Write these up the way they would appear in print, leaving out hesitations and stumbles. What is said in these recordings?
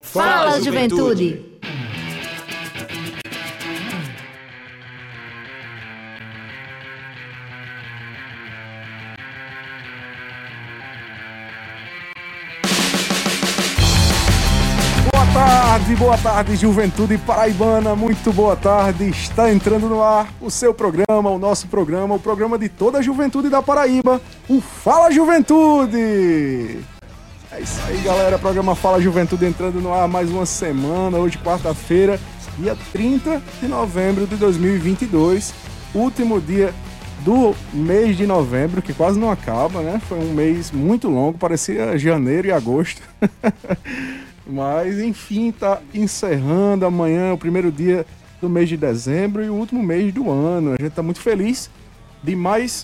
Fala, Juventude! Boa tarde, Juventude Paraibana, muito boa tarde. Está entrando no ar o seu programa, o nosso programa, o programa de toda a juventude da Paraíba, o Fala Juventude! É isso aí, galera, programa Fala Juventude entrando no ar mais uma semana, hoje quarta-feira, dia 30 de novembro de 2022, último dia do mês de novembro, que quase não acaba, né? Foi um mês muito longo, parecia janeiro e agosto. Mas, enfim, tá encerrando amanhã o primeiro dia do mês de dezembro e o último mês do ano. A gente tá muito feliz de mais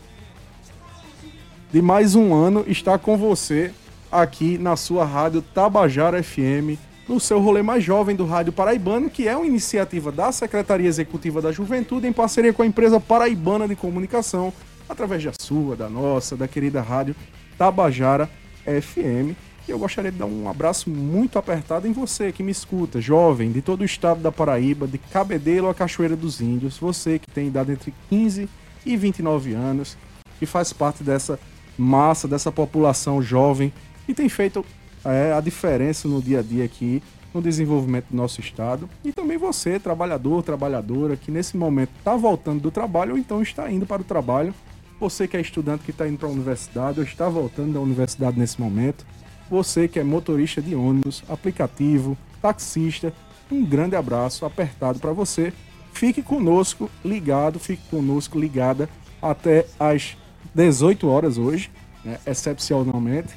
um ano estar com você aqui na sua rádio Tabajara FM, no seu rolê mais jovem do Rádio Paraibano, que é uma iniciativa da Secretaria Executiva da Juventude em parceria com a empresa Paraibana de Comunicação, através da sua, da nossa, da querida rádio Tabajara FM. E eu gostaria de dar um abraço muito apertado em você que me escuta, jovem, de todo o estado da Paraíba, de Cabedelo a Cachoeira dos Índios, você que tem idade entre 15 e 29 anos, que faz parte dessa massa, dessa população jovem, que tem feito a diferença no dia a dia aqui, no desenvolvimento do nosso estado. E também você, trabalhador, trabalhadora, que nesse momento está voltando do trabalho ou então está indo para o trabalho. Você que é estudante que está indo para a universidade ou está voltando da universidade nesse momento. Você que é motorista de ônibus, aplicativo, taxista, um grande abraço apertado para você. Fique conosco ligado, fique conosco ligada até às 18 horas hoje, né, excepcionalmente,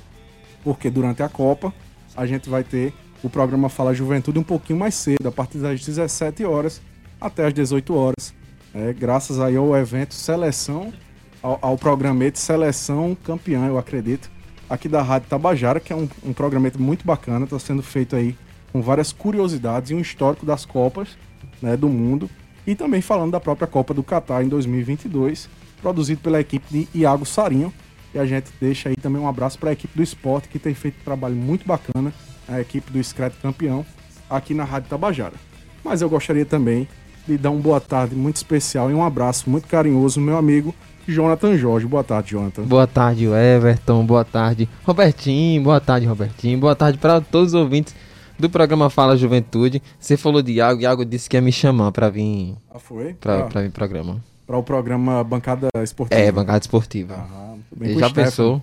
porque durante a Copa a gente vai ter o programa Fala Juventude um pouquinho mais cedo, a partir das 17 horas até às 18 horas, graças aí ao evento Seleção, ao programete Seleção Campeã, eu acredito, aqui da Rádio Tabajara, que é um programete muito bacana, está sendo feito aí com várias curiosidades e um histórico das Copas, né, do mundo, e também falando da própria Copa do Catar em 2022, produzido pela equipe de Iago Sarinho, e a gente deixa aí também um abraço para a equipe do esporte, que tem feito um trabalho muito bacana, a equipe do Screte Campeão, aqui na Rádio Tabajara. Mas eu gostaria também de dar uma boa tarde muito especial e um abraço muito carinhoso ao meu amigo Jonathan Jorge. Boa tarde, Jonathan. Boa tarde, Everton. Boa tarde, Robertinho. Boa tarde, Robertinho. Boa tarde para todos os ouvintes do programa Fala Juventude. Você falou de Iago disse que ia me chamar para vir. Ah, foi? Para vir programa. Para o programa Bancada Esportiva. Bancada Esportiva. Muito bem. Já pensou?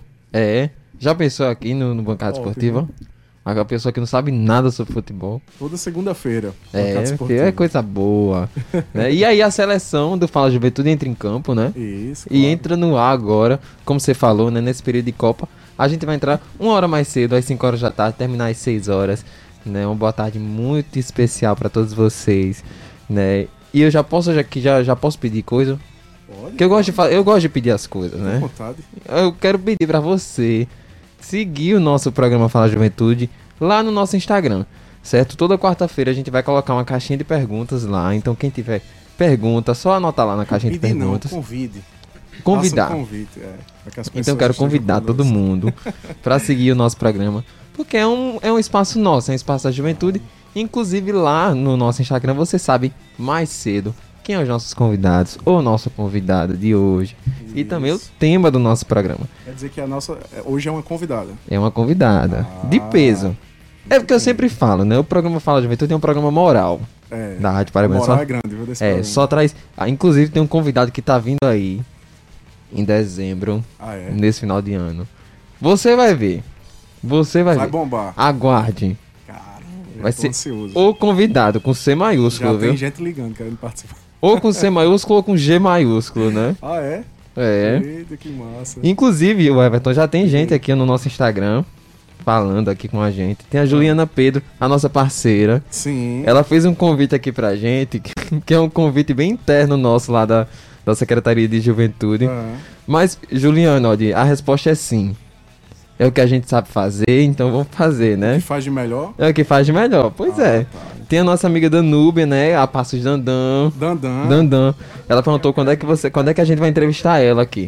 Já pensou aqui no Bancada Esportiva? Aquela pessoa que não sabe nada sobre futebol. Toda segunda-feira. É coisa boa. Né? E aí a seleção do Fala Juventude entra em campo, né? Isso, claro. E entra no ar agora, como você falou, né? Nesse período de Copa. A gente vai entrar 1 hora mais cedo, às 5 horas da tarde, terminar às 6 horas. Né? Uma boa tarde muito especial para todos vocês. Né? E eu já posso pedir coisa? Pode. Que eu gosto de pedir as coisas, né? Com vontade. Eu quero pedir para você seguir o nosso programa Fala Juventude lá no nosso Instagram, certo? Toda quarta-feira a gente vai colocar uma caixinha de perguntas lá, então quem tiver pergunta, só anotar lá na caixinha de perguntas. Não, convidar. Um convite, Então eu quero convidar todo mundo para seguir o nosso programa, porque é um espaço nosso, é um espaço da juventude. Inclusive lá no nosso Instagram você sabe mais cedo quem são os nossos convidados, ou nossa convidada de hoje. Isso. E também o tema do nosso programa. Quer dizer que a nossa hoje é uma convidada. É uma convidada. De peso. É porque eu sempre falo, né? O programa Fala Juventude é um programa moral. Da Rádio Paraibana. Moral é grande, viu, desse programa. Só traz... inclusive tem um convidado que tá vindo aí em dezembro. Nesse final de ano. Você vai ver. Vai bombar. Aguarde. Vai ser ansioso. O convidado com C maiúsculo, viu? Tem gente ligando, querendo participar. Ou com C maiúsculo ou com G maiúsculo, né? Eita, que massa. Inclusive, o Everton, já tem gente aqui no nosso Instagram falando aqui com a gente. Tem a Juliana Pedro, a nossa parceira. Sim. Ela fez um convite aqui pra gente, que é um convite bem interno nosso lá da Secretaria de Juventude. Mas, Juliana, a resposta é sim. É o que a gente sabe fazer, então vamos fazer, né? O que faz de melhor? É o que faz de melhor, pois é. Tá. Tem a nossa amiga Danúbia, né? A Passos Dandan. Ela perguntou quando é que a gente vai entrevistar ela aqui.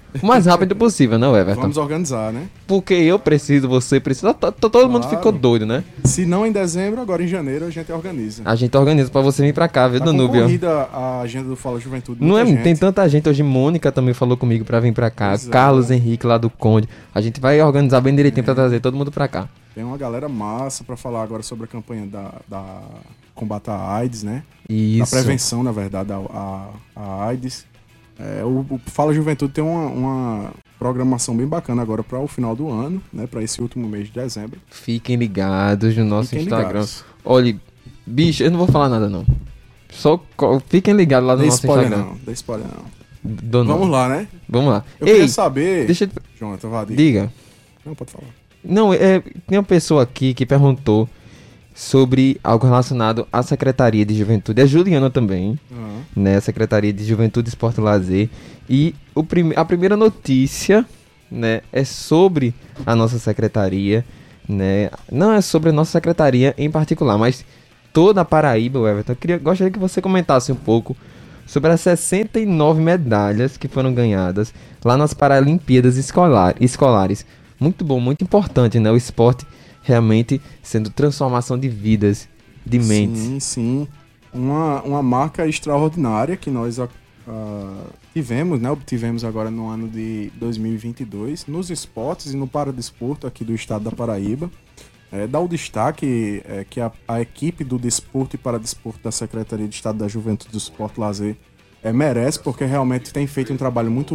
O mais rápido possível, né, Everton? Vamos organizar, né? Porque eu preciso, você precisa, todo mundo ficou doido, né? Se não em dezembro, agora em janeiro a gente organiza. A gente organiza pra você vir pra cá, viu, Danúbio? Concorrida a agenda do Fala Juventude. Não é, tem tanta gente. Hoje Mônica também falou comigo pra vir pra cá. Carlos Henrique lá do Conde. A gente vai organizar bem direitinho pra trazer todo mundo pra cá. Tem uma galera massa pra falar agora sobre a campanha da combate à AIDS, né? Isso. Da prevenção, na verdade, a AIDS. O Fala Juventude tem uma programação bem bacana agora para o final do ano, né? Para esse último mês de dezembro. Fiquem ligados no nosso Instagram. Ligados. Olha, bicho, eu não vou falar nada não. Só fiquem ligados lá no nosso Instagram. Não dá spoiler não. Vamos lá, né? Vamos lá. Eu queria saber... Deixa eu... Jonathan, vá, diga. Não, pode falar. Não, tem uma pessoa aqui que perguntou sobre algo relacionado à Secretaria de Juventude. É Juliana também, né? Secretaria de Juventude, Esporte e Lazer. E a primeira notícia, né, é sobre a nossa secretaria, né? Não é sobre a nossa secretaria em particular, mas toda a Paraíba, Everton. Gostaria que você comentasse um pouco sobre as 69 medalhas que foram ganhadas lá nas Paralimpíadas escolares. Muito bom, muito importante, né? O esporte realmente sendo transformação de vidas, de mentes. Sim. Uma marca extraordinária que nós tivemos, né? Obtivemos agora no ano de 2022 nos esportes e no paradesporto aqui do estado da Paraíba. Dá o destaque que a equipe do desporto e paradesporto da Secretaria de Estado da Juventude, do Esporte e Lazer merece, porque realmente tem feito um trabalho muito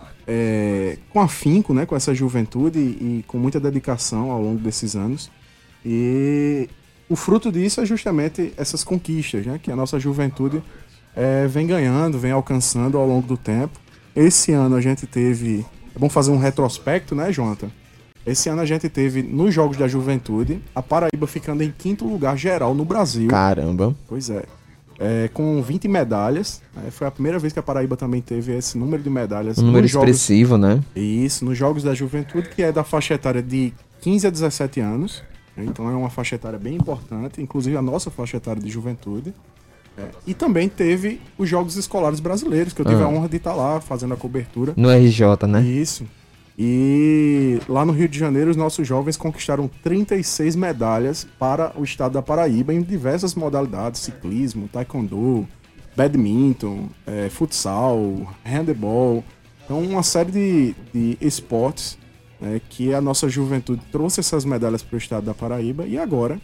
com afinco, né, com essa juventude e com muita dedicação ao longo desses anos. E o fruto disso é justamente essas conquistas, né, que a nossa juventude vem ganhando, vem alcançando ao longo do tempo. Esse ano a gente teve... É bom fazer um retrospecto, né, Jonathan? Esse ano a gente teve, nos Jogos da Juventude, a Paraíba ficando em 5º lugar geral no Brasil. Caramba! Pois é. Com 20 medalhas. Foi a primeira vez que a Paraíba também teve esse número de medalhas. Um número expressivo, né? Isso, nos Jogos da Juventude, que é da faixa etária de 15 a 17 anos. Então é uma faixa etária bem importante, inclusive a nossa faixa etária de juventude. E também teve os Jogos Escolares Brasileiros, que eu tive a honra de estar lá fazendo a cobertura. No RJ, né? Isso. E lá no Rio de Janeiro, os nossos jovens conquistaram 36 medalhas para o estado da Paraíba em diversas modalidades: ciclismo, taekwondo, badminton, futsal, handebol. Então, uma série de esportes que a nossa juventude trouxe essas medalhas para o estado da Paraíba. E agora,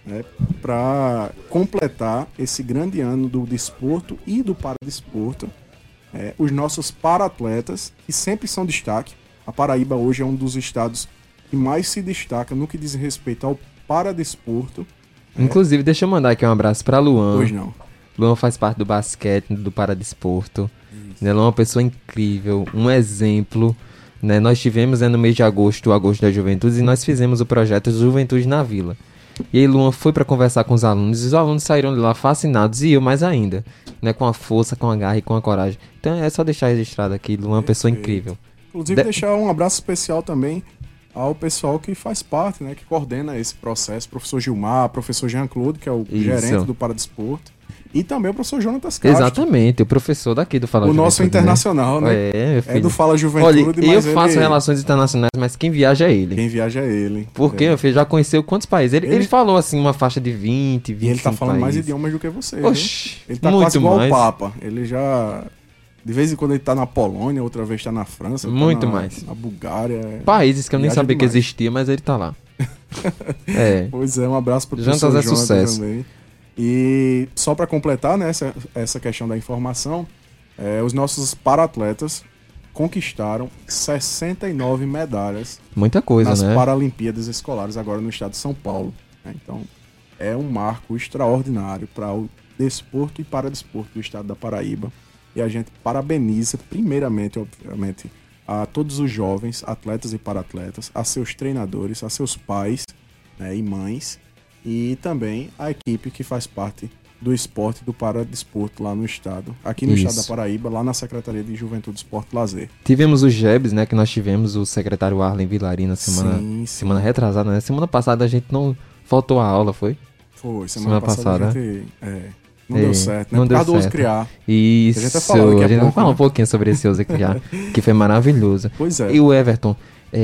para completar esse grande ano do desporto e do paradesporto, os nossos para-atletas, que sempre são destaque. A Paraíba hoje é um dos estados que mais se destaca no que diz respeito ao paradesporto. Inclusive, deixa eu mandar aqui um abraço para Luan. Pois não. Luan faz parte do basquete, do paradesporto. Né? Luan é uma pessoa incrível, um exemplo. Né? Nós tivemos no mês de agosto, o Agosto da Juventude, e nós fizemos o projeto Juventude na Vila. E aí Luan foi para conversar com os alunos, e os alunos saíram de lá fascinados, e eu mais ainda. Né? Com a força, com a garra e com a coragem. Então é só deixar registrado aqui, Luan é uma pessoa incrível. Inclusive, deixar um abraço especial também ao pessoal que faz parte, né, que coordena esse processo. Professor Gilmar, professor Jean-Claude, que é o gerente do Paradesporto. E também o professor Jonatas Castro. Exatamente, o professor daqui do Fala Juventude. O nosso internacional, né? Meu filho. É do Fala Juventude. Olha, eu faço relações internacionais, mas quem viaja é ele. Quem viaja é ele. Porque, meu filho, já conheceu quantos países? Ele falou, assim, uma faixa de 20, 25 E ele tá falando países. mais idiomas do que você. Oxi, ele tá muito quase igual mais. ao Papa. Ele já... De vez em quando ele tá na Polônia, outra vez tá na França. Muito mais. Na Bulgária. Países que eu nem Viaja sabia demais. que existia, mas ele tá lá. Pois é, um abraço pro Jonatas professor é Jonatas sucesso. também. E só para completar, né, essa questão da informação, os nossos para-atletas conquistaram 69 medalhas Muita coisa, nas né? Paralimpíadas Escolares agora no estado de São Paulo. Então, é um marco extraordinário para o desporto e paradesporto do estado da Paraíba. E a gente parabeniza, primeiramente, obviamente, a todos os jovens, atletas e para-atletas, a seus treinadores, a seus pais, né, e mães, e também a equipe que faz parte do esporte e do paradesporto lá no estado, aqui no estado da Paraíba, lá na Secretaria de Juventude, Esporte e Lazer. Tivemos os JEBs, né, que nós tivemos o secretário Arlen Vilari na semana retrasada, né? Semana passada a gente não faltou a aula, foi? Foi, semana passada. A gente Não deu certo, né? Não Por deu causa do Ouso certo. Criar. Isso, A gente vai falar daqui a a gente vai pouco, falar né? um pouquinho sobre esse Ouso Criar, que foi maravilhoso. Pois é. E o Everton,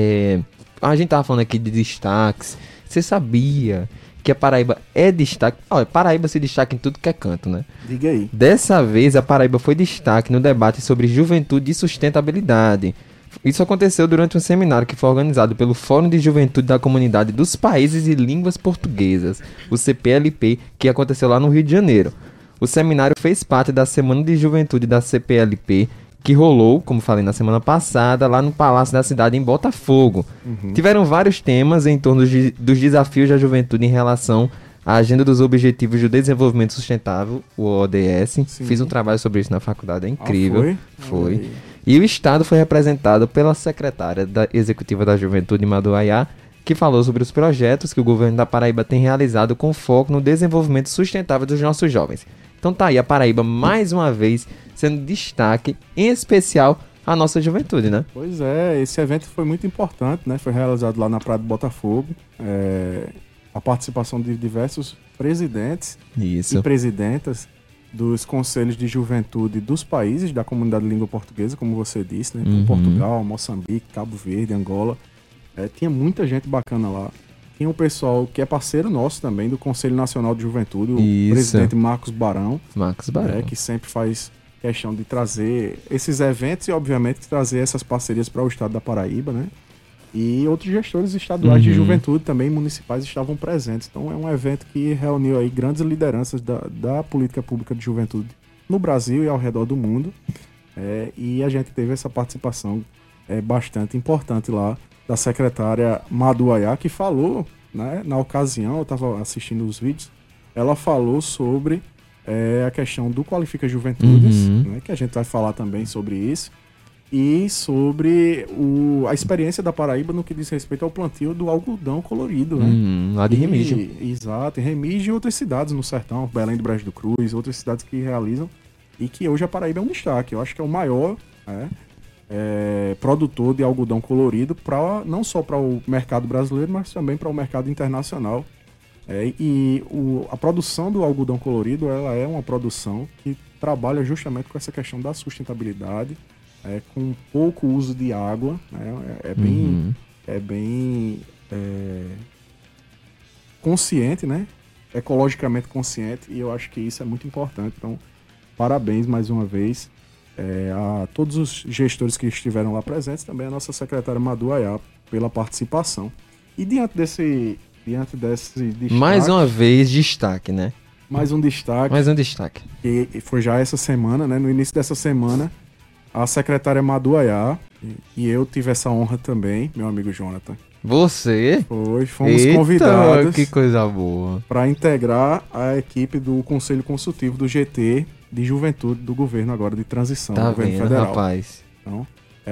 a gente tava falando aqui de destaques. Você sabia que a Paraíba é destaque? Olha, Paraíba se destaca em tudo que é canto, né? Diga aí. Dessa vez, a Paraíba foi destaque no debate sobre juventude e sustentabilidade. Isso aconteceu durante um seminário que foi organizado pelo Fórum de Juventude da Comunidade dos Países e Línguas Portuguesas, o CPLP, que aconteceu lá no Rio de Janeiro. O seminário fez parte da Semana de Juventude da CPLP, que rolou, como falei na semana passada, lá no Palácio da Cidade, em Botafogo. Tiveram vários temas em torno dos desafios da juventude em relação à Agenda dos Objetivos do Desenvolvimento Sustentável, o ODS. Sim. Fiz um trabalho sobre isso na faculdade, é incrível. Foi? Foi. Olha aí. E o Estado foi representado pela secretária Executiva da Juventude, Madu Ayá, que falou sobre os projetos que o governo da Paraíba tem realizado com foco no desenvolvimento sustentável dos nossos jovens. Então tá aí a Paraíba, mais uma vez, sendo destaque, em especial, a nossa juventude, né? Pois é, esse evento foi muito importante, né? Foi realizado lá na Praia do Botafogo. A participação de diversos presidentes Isso. e presidentas dos conselhos de juventude dos países da comunidade de língua portuguesa, como você disse, né? Portugal, Moçambique, Cabo Verde, Angola. Tinha muita gente bacana lá. Tinha um pessoal que é parceiro nosso também, do Conselho Nacional de Juventude, o Isso. presidente Marcos Barão, Marcos Barão. que sempre faz questão de trazer esses eventos e, obviamente, trazer essas parcerias para o estado da Paraíba, né? E outros gestores estaduais de juventude também, municipais, estavam presentes. Então é um evento que reuniu aí grandes lideranças da política pública de juventude no Brasil e ao redor do mundo. E a gente teve essa participação bastante importante lá da secretária Madu Ayá, que falou, né, na ocasião, eu estava assistindo os vídeos, ela falou sobre a questão do Qualifica Juventudes, né, que a gente vai falar também sobre isso, e sobre a experiência da Paraíba no que diz respeito ao plantio do algodão colorido, né? Lá de Remígio. Exato, em Remígio e outras cidades no sertão, Belém do Brejo do Cruz, outras cidades que realizam, e que hoje a Paraíba é um destaque. Eu acho que é o maior produtor de algodão colorido, não só para o mercado brasileiro, mas também para o mercado internacional. A produção do algodão colorido, ela é uma produção que trabalha justamente com essa questão da sustentabilidade, com pouco uso de água, né? É bem consciente, né? Ecologicamente consciente, e eu acho que isso é muito importante. Então, parabéns mais uma vez a todos os gestores que estiveram lá presentes, também a nossa secretária Madu Ayá pela participação. E diante desse destaque, Mais uma vez, destaque, né? mais um destaque, Mais um destaque. que foi já essa semana, né? No início dessa semana, a secretária Madu Ayá e eu tive essa honra também, meu amigo Jonathan. Você? Fomos Eita, convidados que coisa boa. para integrar a equipe do Conselho Consultivo do GT de Juventude do governo agora de transição, do Tá governo vendo, federal. rapaz? Então, é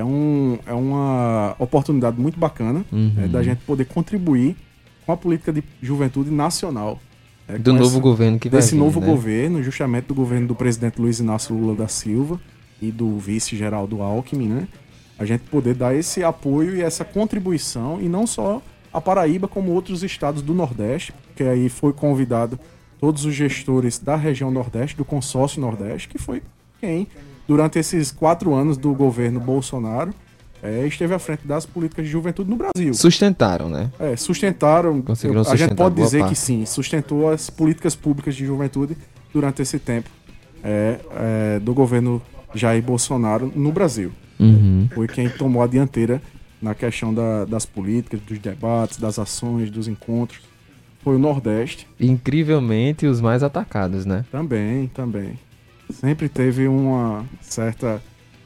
uma oportunidade muito bacana da gente poder contribuir com a política de juventude nacional. Do novo governo que vai Desse vir, novo né? governo, justamente do governo do presidente Luiz Inácio Lula da Silva e do vice Geraldo Alckmin, né? A gente poder dar esse apoio e essa contribuição, e não só a Paraíba, como outros estados do Nordeste, porque aí foi convidado todos os gestores da região Nordeste, do consórcio Nordeste, que foi quem, durante esses 4 anos do governo Bolsonaro, esteve à frente das políticas de juventude no Brasil. Sustentaram, né? Sustentaram. Conseguiram A gente sustentar pode boa dizer parte. que sim, sustentou as políticas públicas de juventude durante esse tempo do governo Jair Bolsonaro no Brasil. Foi quem tomou a dianteira na questão das políticas, dos debates, das ações, dos encontros. Foi o Nordeste. Incrivelmente, os mais atacados, né? Também. Sempre teve uma certa...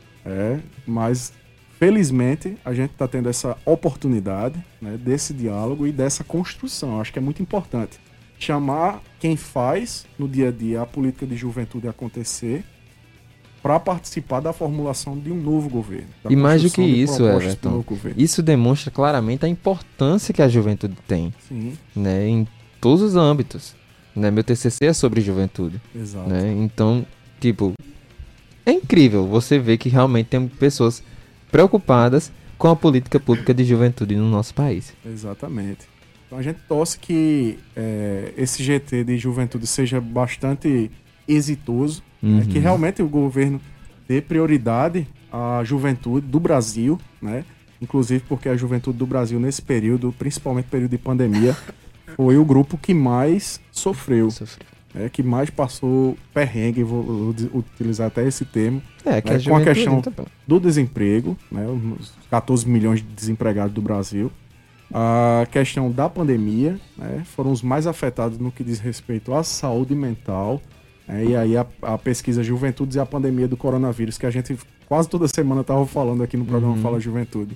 mas felizmente a gente está tendo essa oportunidade, né, desse diálogo e dessa construção. Eu acho que é muito importante chamar quem faz no dia a dia a política de juventude acontecer para participar da formulação de um novo governo. E mais do que construção de isso, propostas do Everton, novo governo. isso demonstra claramente a importância que a juventude tem, Sim, né? Em todos os âmbitos, né? Meu TCC é sobre juventude, exato. né? Então, tipo, é incrível você ver que realmente tem pessoas preocupadas com a política pública de juventude no nosso país. Exatamente. Então a gente torce que esse GT de juventude seja bastante exitoso, né, que realmente o governo dê prioridade à juventude do Brasil, né? Inclusive porque a juventude do Brasil nesse período, principalmente período de pandemia, foi o grupo que mais sofreu. Que mais passou perrengue, vou utilizar até esse termo, com a questão do desemprego, né, os 14 milhões de desempregados do Brasil, a questão da pandemia, né, foram os mais afetados no que diz respeito à saúde mental, e aí a pesquisa Juventudes e a Pandemia do Coronavírus, que a gente quase toda semana estava falando aqui no programa Fala Juventude,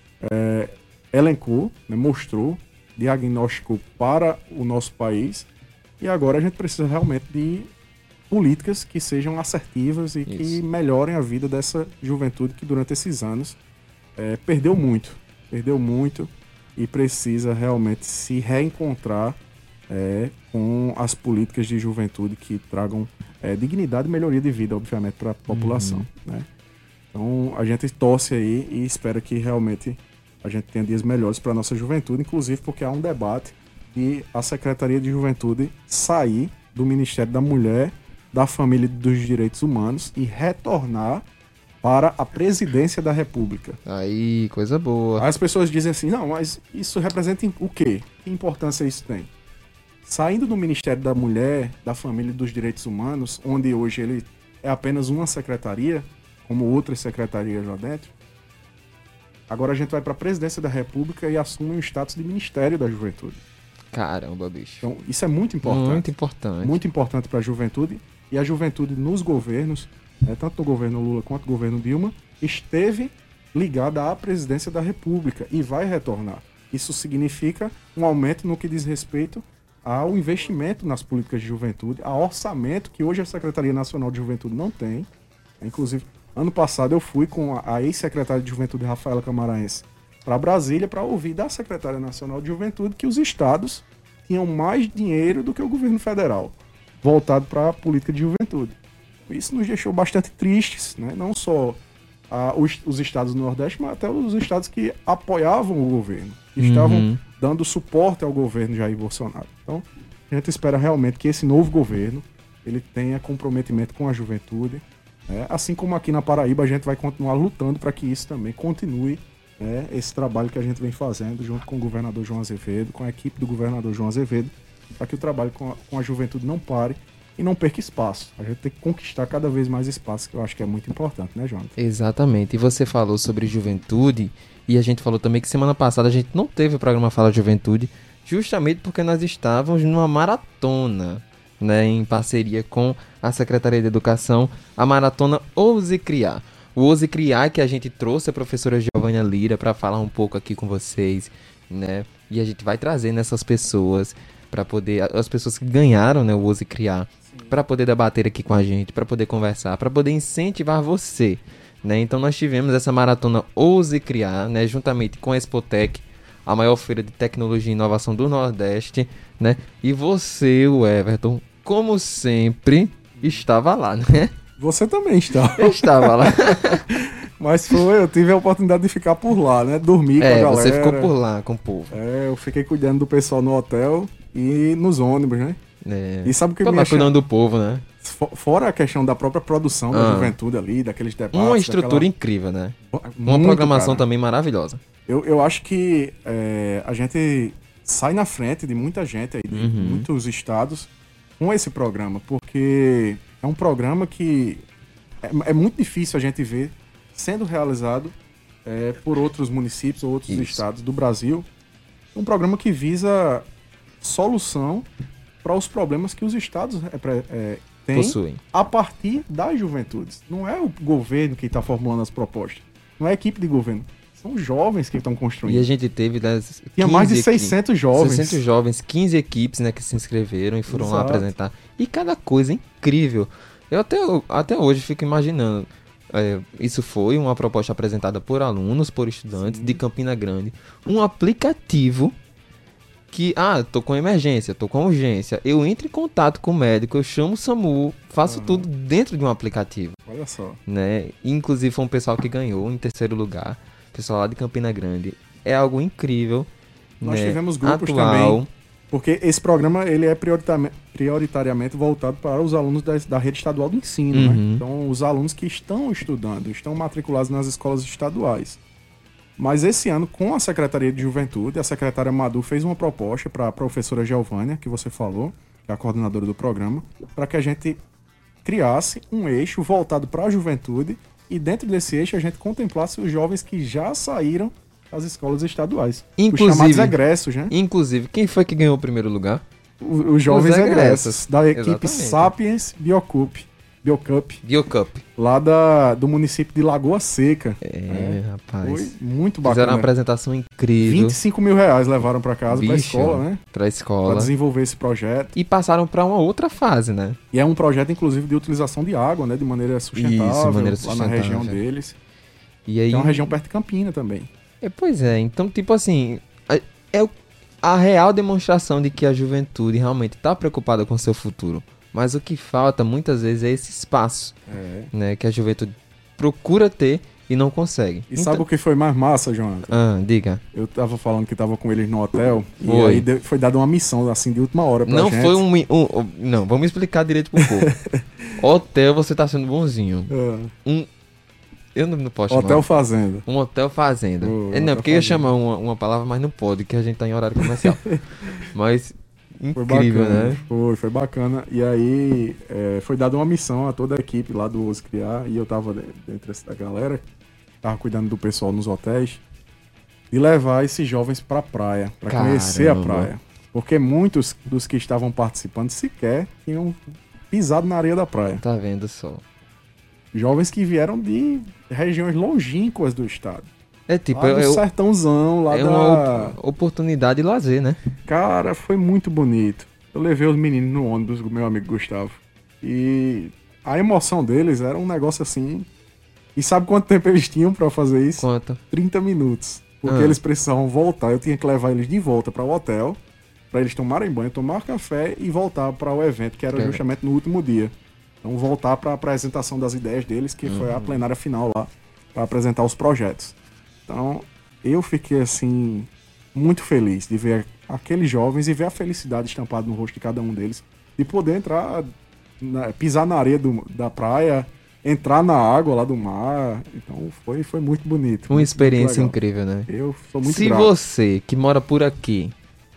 elencou, né, mostrou, diagnosticou para o nosso país. E agora a gente precisa realmente de políticas que sejam assertivas e que melhorem a vida dessa juventude que durante esses anos perdeu muito e precisa realmente se reencontrar com as políticas de juventude que tragam dignidade e melhoria de vida, obviamente, para a população. Né? Então a gente torce aí e espera que realmente a gente tenha dias melhores para a nossa juventude, inclusive porque há um debate e a Secretaria de Juventude sair do Ministério da Mulher, da Família e dos Direitos Humanos e retornar para a Presidência da República. Aí, coisa boa. As pessoas dizem assim, não, mas isso representa o quê? Que importância isso tem? Saindo do Ministério da Mulher, da Família e dos Direitos Humanos, onde hoje ele é apenas uma secretaria, como outras secretarias lá dentro, agora a gente vai para a Presidência da República e assume o status de Ministério da Juventude. Caramba, bicho. Então, isso é muito importante. Muito importante. Muito importante para a juventude. E a juventude nos governos, tanto no governo Lula quanto no governo Dilma, esteve ligada à Presidência da República e vai retornar. Isso significa um aumento no que diz respeito ao investimento nas políticas de juventude, ao orçamento que hoje a Secretaria Nacional de Juventude não tem. Inclusive, ano passado eu fui com a ex-secretária de Juventude, Rafaela Camaraense, para Brasília para ouvir da Secretaria Nacional de Juventude que os estados tinham mais dinheiro do que o governo federal, voltado para a política de juventude. Isso nos deixou bastante tristes, né? Não só os estados do Nordeste, mas até os estados que apoiavam o governo, que estavam dando suporte ao governo Jair Bolsonaro. Então, a gente espera realmente que esse novo governo ele tenha comprometimento com a juventude, assim como aqui na Paraíba a gente vai continuar lutando para que isso também continue, esse trabalho que a gente vem fazendo junto com o governador João Azevedo, com a equipe do governador João Azevedo, para que o trabalho com a juventude não pare e não perca espaço. A gente tem que conquistar cada vez mais espaço, que eu acho que é muito importante, né, João? Exatamente. E você falou sobre juventude, e a gente falou também que semana passada a gente não teve o programa Fala Juventude, justamente porque nós estávamos numa maratona, né, em parceria com a Secretaria de Educação, a maratona Ouse Criar. O Ouse Criar, que a gente trouxe a professora Giovânia Lira para falar um pouco aqui com vocês, né? E a gente vai trazer nessas pessoas para poder, as pessoas que ganharam, né, o Ouse Criar, para poder debater aqui com a gente, para poder conversar, para poder incentivar você, né? Então nós tivemos essa maratona Ouse Criar, né, juntamente com a Expotec, a maior feira de tecnologia e inovação do Nordeste, né? E você, o Everton, como sempre, estava lá, né? Você também estava. Eu estava lá. Mas eu tive a oportunidade de ficar por lá, né? Dormir com a galera. Você ficou por lá com o povo. Eu fiquei cuidando do pessoal no hotel e nos ônibus, né? E sabe o que me cuidando do povo, né? Fora a questão da própria produção da juventude ali, daqueles debates. Uma estrutura incrível, né? Uma programação também maravilhosa. Eu acho que a gente sai na frente de muita gente aí, de muitos estados, com esse programa, porque é um programa que é muito difícil a gente ver sendo realizado por outros municípios ou outros estados do Brasil. Um programa que visa solução para os problemas que os estados têm possuem a partir das juventudes. Não é o governo que está formulando as propostas, não é a equipe de governo. São jovens que estão construindo. E a gente teve tinha mais de 600 jovens. 600 jovens, 15 equipes, né, que se inscreveram e foram lá apresentar. E cada coisa incrível. Eu até hoje fico imaginando. Isso foi uma proposta apresentada por alunos, por estudantes de Campina Grande. Um aplicativo que, tô com emergência, tô com urgência. Eu entro em contato com o médico, eu chamo o SAMU, faço tudo dentro de um aplicativo. Olha só. Né? Inclusive foi um pessoal que ganhou em terceiro lugar. Pessoal lá de Campina Grande. É algo incrível. Nós né? tivemos grupos também Porque esse programa ele é prioritariamente voltado para os alunos da rede estadual do ensino, né? Então, os alunos que estão estudando, estão matriculados nas escolas estaduais. Mas esse ano, com a Secretaria de Juventude, a secretária Madu fez uma proposta para a professora Giovânia, que você falou, que é a coordenadora do programa, para que a gente criasse um eixo voltado para a juventude e dentro desse eixo a gente contemplasse os jovens que já saíram das escolas estaduais. Inclusive, os chamados egressos, né? Inclusive, quem foi que ganhou o primeiro lugar? Os jovens egressos da equipe Exatamente. Sapiens Biocup, lá do município de Lagoa Seca. Rapaz. Foi muito bacana. Fizeram uma apresentação incrível. 25 mil reais levaram pra casa, pra escola, né? Pra escola. Pra desenvolver esse projeto. E passaram pra uma outra fase, né? E é um projeto, inclusive, de utilização de água, né? De maneira sustentável. Isso, maneira lá na região deles. E aí... é uma região perto de Campina também. Pois é, então, tipo assim, é a real demonstração de que a juventude realmente tá preocupada com o seu futuro. Mas o que falta, muitas vezes, é esse espaço, né? Que a juventude procura ter e não consegue. E sabe o que foi mais massa, Jonathan? Diga. Eu tava falando que tava com eles no hotel e aí foi dada uma missão, assim, de última hora pra não gente. Foi não, vamos explicar direito pro povo. Hotel, você tá sendo bonzinho. Eu não posso chamar. Hotel Fazenda. Um hotel fazenda. Não, porque eu ia chamar uma palavra, mas não pode, que a gente tá em horário comercial. Mas... incrível, foi bacana, né? Foi bacana. E aí foi dada uma missão a toda a equipe lá do Ouse Criar, e eu tava dentro da galera, tava cuidando do pessoal nos hotéis, de levar esses jovens pra praia, pra conhecer a praia. Porque muitos dos que estavam participando sequer tinham pisado na areia da praia. Tá vendo só? Jovens que vieram de regiões longínquas do estado. Tipo, lá do sertãozão, lá uma oportunidade de lazer, né? Cara, foi muito bonito. Eu levei os meninos no ônibus do meu amigo Gustavo. E a emoção deles era um negócio assim... E sabe quanto tempo eles tinham pra fazer isso? Quanto? 30 minutos. Porque eles precisavam voltar. Eu tinha que levar eles de volta para o hotel, para eles tomarem banho, tomar café e voltar para o evento, que era justamente no último dia. Então voltar para a apresentação das ideias deles, que foi a plenária final lá, para apresentar os projetos. Então, eu fiquei, assim, muito feliz de ver aqueles jovens e ver a felicidade estampada no rosto de cada um deles, de poder entrar, pisar na areia da praia, entrar na água lá do mar. Então, foi muito bonito. Uma experiência incrível, né? Eu sou muito grato. Se você, que mora por aqui,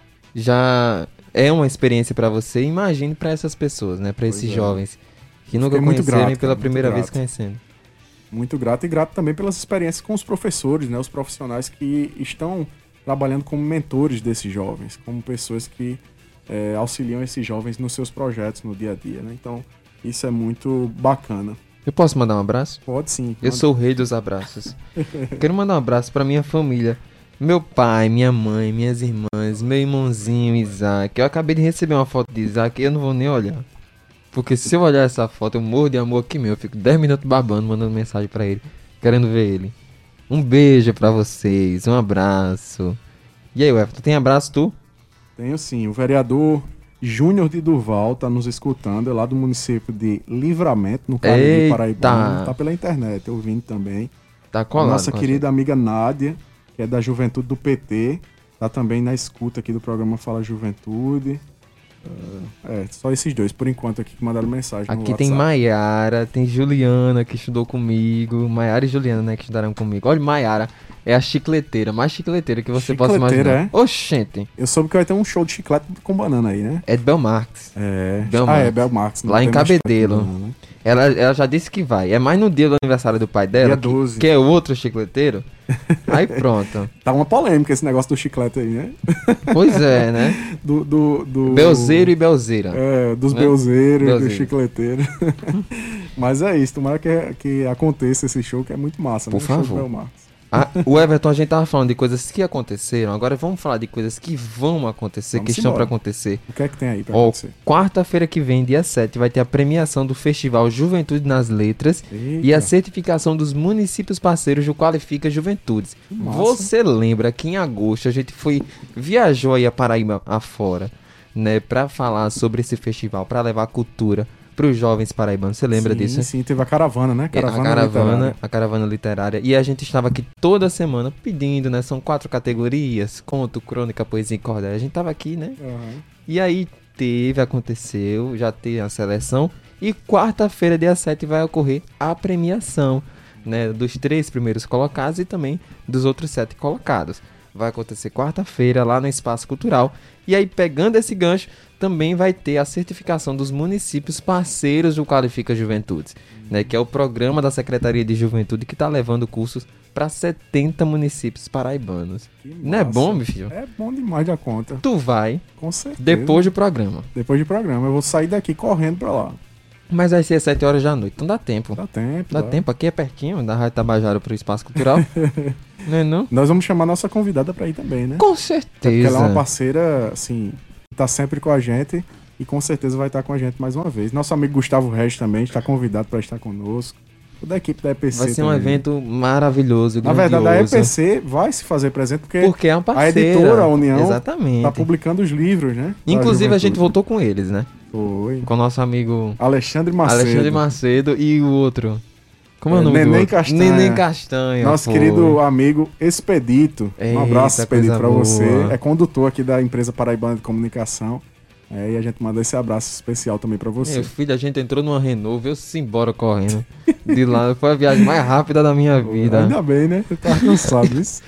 já é uma experiência para você, imagine para essas pessoas, né? Para esses jovens que nunca conheceram e pela primeira vez conhecendo. Muito grato, e grato também pelas experiências com os professores, né? Os profissionais que estão trabalhando como mentores desses jovens, como pessoas que auxiliam esses jovens nos seus projetos no dia a dia, né? Então, isso é muito bacana. Eu posso mandar um abraço? Pode sim. Eu sou o rei dos abraços. Quero mandar um abraço para minha família. Meu pai, minha mãe, minhas irmãs, meu irmãozinho Isaac. Eu acabei de receber uma foto de Isaac e eu não vou nem olhar. Porque se eu olhar essa foto, eu morro de amor aqui mesmo. Eu fico 10 minutos babando, mandando mensagem pra ele, querendo ver ele. Um beijo pra vocês, um abraço. E aí, Everton, tem abraço tu? Tenho sim. O vereador Júnior de Durval tá nos escutando, é lá do município de Livramento, no Cariri Paraibano. Tá pela internet, ouvindo também. Tá colado. Nossa querida amiga Nádia, que é da Juventude do PT, tá também na escuta aqui do programa Fala Juventude. Só esses dois, por enquanto, aqui que mandaram mensagem. Aqui tem Maiara, tem Juliana, que estudou comigo. Maiara e Juliana, né, que estudaram comigo. Olha, Maiara é a chicleteira, mais chicleteira que você possa imaginar. Oxente. Eu soube que vai ter um show de chiclete com banana aí, né? É de Belmarx. Belmarx. Lá em Cabedelo. Banana, né? Ela já disse que vai. É mais no dia do aniversário do pai dela, dia 12. Que é o outro chicleteiro. Aí pronto. Tá uma polêmica esse negócio do chiclete aí, né? Pois é, né? do Belzeiro e Belzeira. Dos belzeiros, do chicleteiro. Mas é isso, tomara que aconteça esse show, que é muito massa. Por favor. Show do Belmarx. O Everton, a gente tava falando de coisas que aconteceram, agora vamos falar de coisas que vão acontecer, que estão pra acontecer. O que é que tem aí pra acontecer? Quarta-feira que vem, dia 7, vai ter a premiação do Festival Juventude nas Letras. Eita. E a certificação dos municípios parceiros do Qualifica Juventudes. Você lembra que em agosto a gente viajou aí a Paraíba afora, né, pra falar sobre esse festival, pra levar cultura pros jovens paraibanos. Você lembra disso? Sim, teve a caravana, né? A caravana literária. E a gente estava aqui toda semana pedindo, né? São 4 categorias: conto, crônica, poesia e cordel. A gente tava aqui, né? Uhum. E aí aconteceu, já teve a seleção. E quarta-feira, dia 7, vai ocorrer a premiação, né? Dos 3 primeiros colocados e também dos outros 7 colocados. Vai acontecer quarta-feira lá no Espaço Cultural. E aí, pegando esse gancho, também vai ter a certificação dos municípios parceiros do Qualifica Juventudes, né? Que é o programa da Secretaria de Juventude que está levando cursos para 70 municípios paraibanos. Não é bom, meu filho? É bom demais da conta. Tu vai, com certeza, depois do programa. Depois do programa. Eu vou sair daqui correndo para lá. Mas vai ser às 7 horas da noite, então dá tempo. Dá tempo, aqui é pertinho, da Rádio Tabajara pro Espaço Cultural. Não é não? Nós vamos chamar nossa convidada pra ir também, né? Com certeza. Porque ela é uma parceira, assim, que tá sempre com a gente e com certeza vai estar com a gente mais uma vez. Nosso amigo Gustavo Regis também está convidado para estar conosco. Toda a equipe da EPC vai ser também. Um evento maravilhoso, grandioso. Na verdade, a EPC vai se fazer presente porque é uma parceira. A editora, a União, exatamente, tá publicando os livros, né? Inclusive, a gente voltou com eles, né? Foi. Com o nosso amigo Alexandre Macedo e o outro. Como é o nome Neném do outro? Castanha. Neném Castanha. Nosso querido amigo Expedito. Eita, um abraço, Expedito, pra você. Boa. É condutor aqui da empresa Paraibana de Comunicação. E a gente manda esse abraço especial também pra você. Meu filho, a gente entrou numa Renault, veio-se embora correndo. De lá, foi a viagem mais rápida da minha vida. Ainda bem, né? Você tava cansado isso.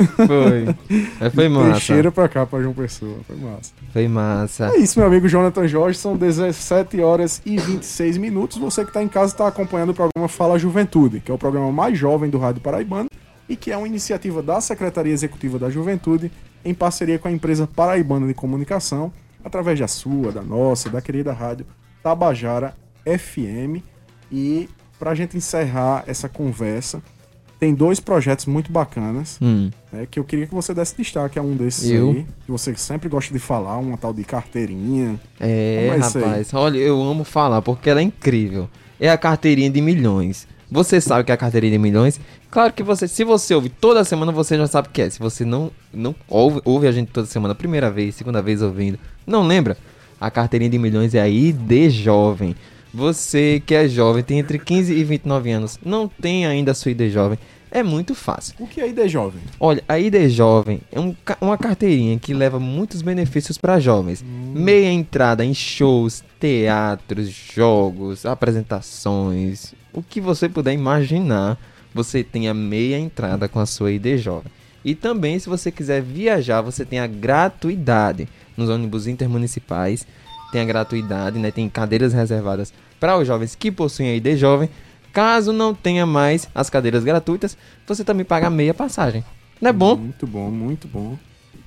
Foi massa. Teixeira pra cá, pra João Pessoa. Foi massa. Foi massa. É isso, meu amigo Jonathan Jorge. São 17 horas e 26 minutos. Você que tá em casa está acompanhando o programa Fala Juventude, que é o programa mais jovem do Rádio Paraibano e que é uma iniciativa da Secretaria Executiva da Juventude em parceria com a empresa Paraibana de Comunicação, através da sua, da nossa, da querida rádio Tabajara FM. E pra gente encerrar essa conversa, tem 2 projetos muito bacanas, né, que eu queria que você desse destaque a um desses aí, que você sempre gosta de falar, uma tal de carteirinha. Rapaz, olha, eu amo falar porque ela é incrível. É a carteirinha de milhões. Você sabe o que é a carteirinha de milhões? Claro que se você ouve toda semana, você já sabe o que é. Se você não ouve a gente toda semana, primeira vez, segunda vez ouvindo, não lembra? A carteirinha de milhões é a ID Jovem. Você que é jovem, tem entre 15 e 29 anos, não tem ainda a sua ID Jovem, é muito fácil. O que é ID Jovem? Olha, a ID Jovem é uma carteirinha que leva muitos benefícios para jovens. Meia entrada em shows, teatros, jogos, apresentações, o que você puder imaginar, você tem a meia entrada com a sua ID Jovem. E também, se você quiser viajar, você tem a gratuidade nos ônibus intermunicipais. Tem a gratuidade, né? Tem cadeiras reservadas para os jovens que possuem a ID Jovem. Caso não tenha mais as cadeiras gratuitas, você também paga meia passagem. Não é bom? Muito bom, muito bom.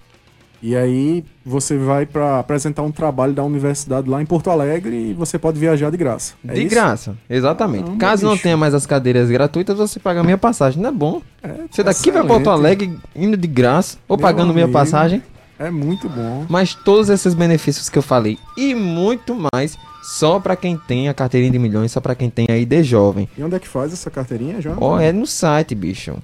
E aí você vai para apresentar um trabalho da universidade lá em Porto Alegre e você pode viajar de graça. De graça, exatamente. Caso não tenha mais as cadeiras gratuitas, você paga meia passagem. Não é bom? Você daqui vai para Porto Alegre indo de graça ou pagando meia passagem. É muito bom. Mas todos esses benefícios que eu falei e muito mais só pra quem tem a carteirinha de milhões, só pra quem tem a ID Jovem. E onde é que faz essa carteirinha, já? É no site, bicho.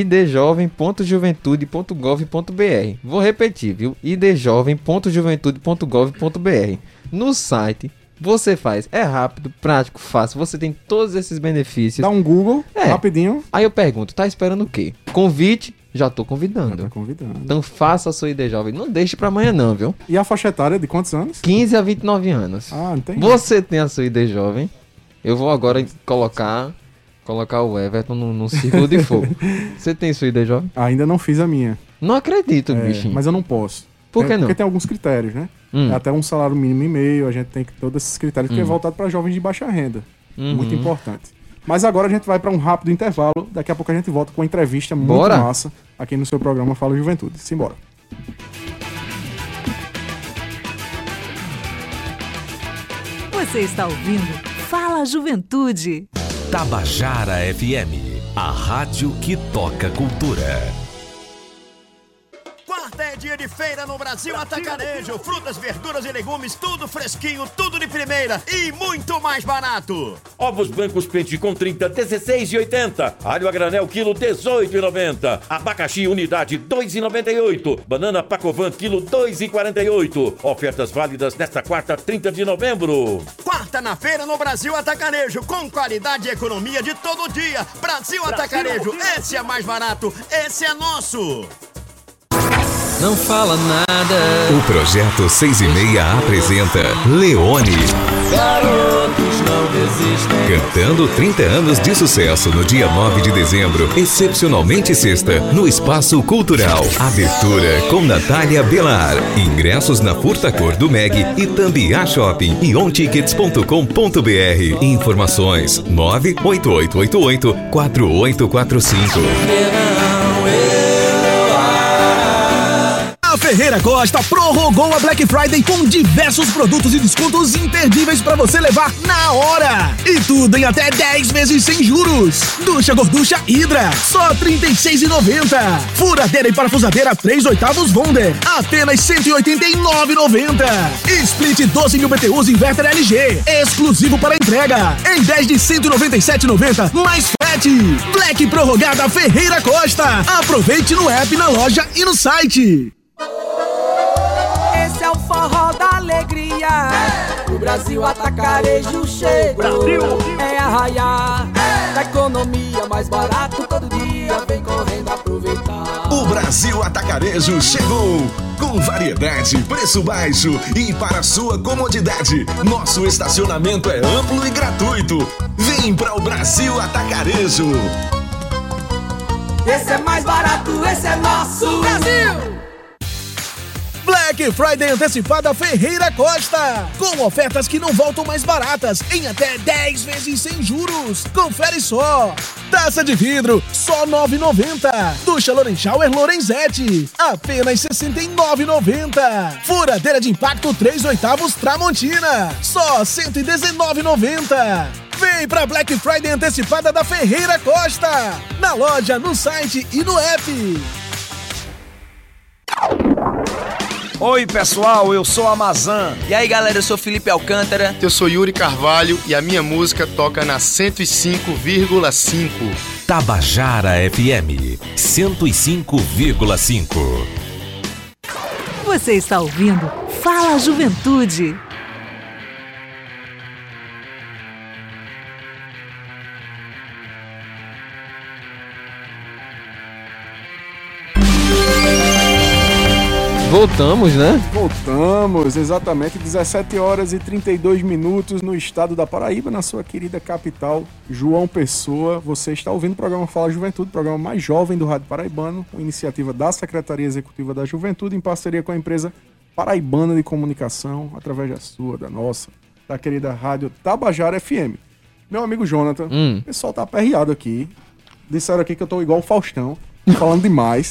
idjovem.juventude.gov.br. Vou repetir, viu? idjovem.juventude.gov.br. No site você faz. É rápido, prático, fácil. Você tem todos esses benefícios. Dá um Google, rapidinho. Aí eu pergunto, tá esperando o quê? Convite? Já tô convidando. Já tá convidando. Então faça a sua ID Jovem. Não deixe pra amanhã não, viu? E a faixa etária de quantos anos? 15 a 29 anos. Entendi. Você tem a sua ID Jovem. Eu vou agora colocar o Everton num círculo de fogo. Você tem sua ID Jovem? Ainda não fiz a minha. Não acredito, bichinho. Mas eu não posso. Por que não? Porque tem alguns critérios, né? Até um salário mínimo e meio, a gente tem que todos esses critérios que é voltado para jovens de baixa renda. Muito importante. Mas agora a gente vai para um rápido intervalo. Daqui a pouco a gente volta com uma entrevista muito massa aqui no seu programa Fala Juventude. Simbora. Você está ouvindo Fala Juventude. Tabajara FM, a rádio que toca cultura. Quarta é dia de feira no Brasil Atacarejo. Frutas, verduras e legumes, tudo fresquinho, tudo de primeira e muito mais barato. Ovos brancos pente com 30, 16,80. Alho a granel, quilo 18,90. Abacaxi, unidade 2,98. Banana Pacovan, quilo 2,48. Ofertas válidas nesta quarta, 30 de novembro. Quarta Quarta na feira no Brasil Atacarejo, com qualidade e economia de todo dia. Brasil Atacarejo, esse é mais barato, esse é nosso. Não fala nada. O Projeto 6 e Meia apresenta Leone. Garotos não desistem. Cantando 30 anos de sucesso no dia 9 de dezembro, excepcionalmente sexta, no Espaço Cultural. Abertura com Natália Belar. Ingressos na Furtacor do Meg e Tambiá Shopping e ontickets.com.br. Informações 98888-4845. A Ferreira Costa prorrogou a Black Friday com diversos produtos e descontos imperdíveis para você levar na hora. E tudo em até 10 vezes sem juros. Ducha Gorducha Hydra, só R$ 36,90. Furadeira e parafusadeira 3/8 Wonder, apenas R$ 189,90. Split 12.000 BTUs Inverter LG, exclusivo para entrega, em 10 de R$ 197,90, mais frete. Black prorrogada Ferreira Costa. Aproveite no app, na loja e no site. Esse é o forró da alegria. O Brasil Atacarejo chegou. É arraiar da economia mais barato todo dia. Vem correndo aproveitar. O Brasil Atacarejo chegou. Com variedade, preço baixo e para sua comodidade. Nosso estacionamento é amplo e gratuito. Vem para o Brasil Atacarejo. Esse é mais barato, esse é nosso Brasil. Black Friday antecipada Ferreira Costa, com ofertas que não voltam mais baratas, em até 10 vezes sem juros. Confere só. Taça de vidro, só R$ 9,90. Ducha Lorenschauer Lorenzetti, apenas R$ 69,90. Furadeira de impacto 3/8 Tramontina, só R$ 119,90. Vem pra Black Friday antecipada da Ferreira Costa, na loja, no site e no app. Oi pessoal, eu sou a Amazan. E aí galera, eu sou Felipe Alcântara. Eu sou Yuri Carvalho e a minha música toca na 105,5. Tabajara FM 105,5. Você está ouvindo Fala Juventude. Voltamos, né? Voltamos, exatamente, 17 horas e 32 minutos no estado da Paraíba, na sua querida capital, João Pessoa. Você está ouvindo o programa Fala Juventude, programa mais jovem do Rádio Paraibano, uma iniciativa da Secretaria Executiva da Juventude, em parceria com a empresa Paraibana de Comunicação, através da sua, da nossa, da querida Rádio Tabajara FM. Meu amigo Jonathan, o pessoal tá aperreado aqui, disseram aqui que eu tô igual o Faustão, falando demais.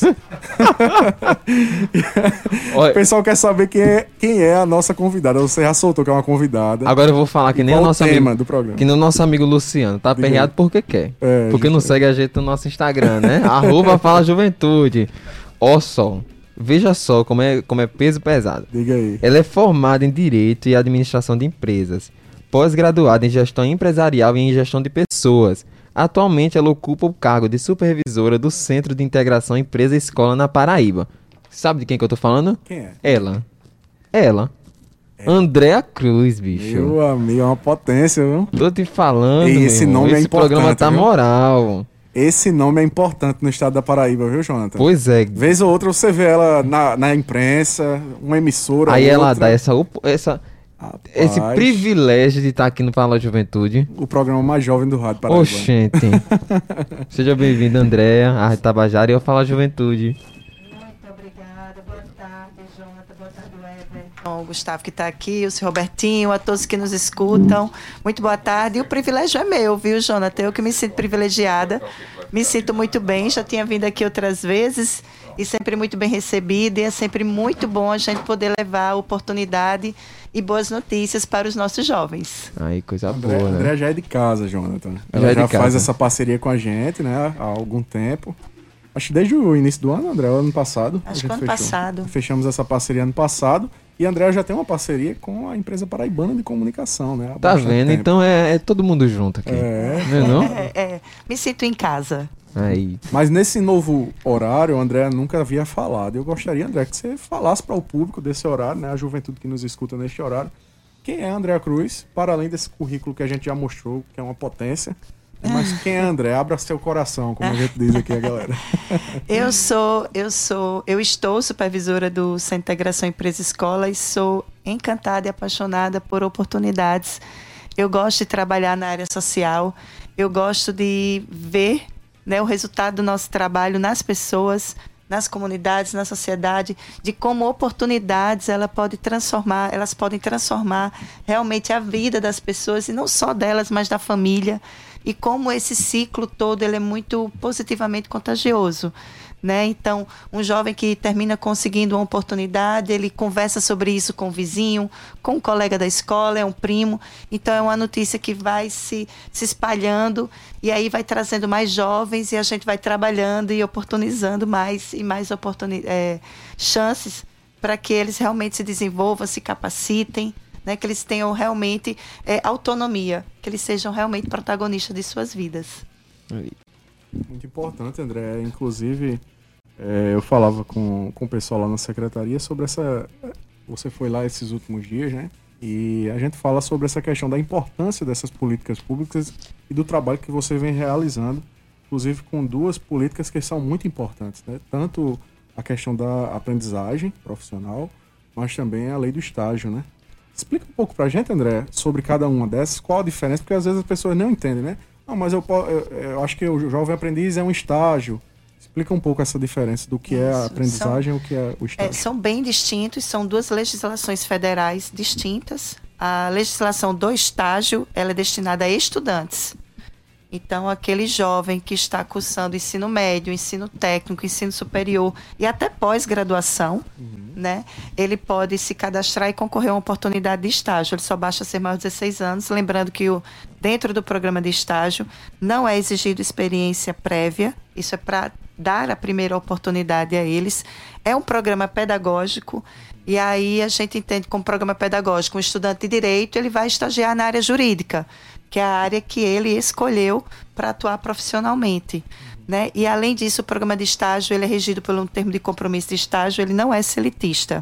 O pessoal quer saber quem é a nossa convidada. Você já soltou que é uma convidada. Agora eu vou falar que nem o nosso amigo do programa. Que nem o nosso amigo Luciano. Tá aperreado porque quer. Porque não segue a gente no nosso Instagram, né? @Fala Juventude. Ó só. Veja só como é peso pesado. Diga aí. Ela é formada em Direito e Administração de Empresas. Pós-graduada em Gestão Empresarial e em Gestão de Pessoas. Atualmente, ela ocupa o cargo de supervisora do Centro de Integração Empresa-Escola na Paraíba. Sabe de quem que eu tô falando? Quem é? Ela. Andréa Cruz, bicho. Meu amigo, é uma potência, viu? Tô te falando, esse nome é importante. Esse programa tá moral. Esse nome é importante no estado da Paraíba, viu, Jonathan? Pois é. Vez ou outra você vê ela na imprensa, uma emissora. Aí outra. Ela dá esse privilégio de estar aqui no Fala Juventude. O programa mais jovem do Rádio Paraíba. Oxente. Seja bem-vindo, Andréa, a Rádio Tabajara e ao Fala Juventude. Muito obrigada. Boa tarde, Jonathan. Boa tarde, Weber. O Gustavo que está aqui, o seu Robertinho, a todos que nos escutam. Muito boa tarde. E o privilégio é meu, viu, Jonathan? Eu que me sinto privilegiada. Me sinto muito bem. Já tinha vindo aqui outras vezes e sempre muito bem recebida. E é sempre muito bom a gente poder levar a oportunidade e boas notícias para os nossos jovens. Aí, coisa boa, né? André já é de casa, Jonathan. Ela já faz essa parceria com a gente, né? Há algum tempo. Acho que desde o início do ano, André, ano passado. Acho que ano passado. Fechamos essa parceria ano passado. E a André já tem uma parceria com a empresa Paraibana de Comunicação, né? Tá vendo? Tempo. Então é todo mundo junto aqui. Não é? Me sinto em casa. Aí. Mas nesse novo horário, o André nunca havia falado. Eu gostaria, André, que você falasse para o público desse horário, né? A juventude que nos escuta neste horário. quem é a Andréa Cruz, para além desse currículo que a gente já mostrou, que é uma potência. Mas quem é a Andréa? Abra seu coração, como a gente diz aqui, a galera. Eu estou supervisora do Centro de Integração Empresa-Escola e sou encantada e apaixonada por oportunidades. Eu gosto de trabalhar na área social, eu gosto de ver, né, o resultado do nosso trabalho nas pessoas, nas comunidades, na sociedade, de como oportunidades elas podem transformar realmente a vida das pessoas, e não só delas, mas da família, e como esse ciclo todo ele é muito positivamente contagioso. Né? Então, um jovem que termina conseguindo uma oportunidade, ele conversa sobre isso com o vizinho, com um colega da escola, é um primo. Então, é uma notícia que vai se espalhando e aí vai trazendo mais jovens, e a gente vai trabalhando e oportunizando mais e mais chances para que eles realmente se desenvolvam, se capacitem, né? Que eles tenham realmente autonomia, que eles sejam realmente protagonistas de suas vidas. Muito importante, André. Inclusive, eu falava com o pessoal lá na secretaria sobre essa... Você foi lá esses últimos dias, né? E a gente fala sobre essa questão da importância dessas políticas públicas e do trabalho que você vem realizando, inclusive com duas políticas que são muito importantes, né? Tanto a questão da aprendizagem profissional, mas também a lei do estágio, né? Explica um pouco pra gente, André, sobre cada uma dessas, qual a diferença, porque às vezes as pessoas não entendem, né? Não, mas eu acho que o jovem aprendiz é um estágio. Explica um pouco essa diferença do que é a aprendizagem e o que é o estágio. São bem distintos, são duas legislações federais distintas. A legislação do estágio, ela é destinada a estudantes. Então, aquele jovem que está cursando ensino médio, ensino técnico, ensino superior e até pós-graduação, né? Ele pode se cadastrar e concorrer a uma oportunidade de estágio. Ele só basta ser maior de 16 anos. Lembrando que dentro do programa de estágio não é exigido experiência prévia. Isso é para dar a primeira oportunidade a eles. É um programa pedagógico. E aí a gente entende como programa pedagógico. Um estudante de direito, ele vai estagiar na área jurídica, que é a área que ele escolheu para atuar profissionalmente, né? E além disso, o programa de estágio ele é regido por um termo de compromisso de estágio, ele não é selitista.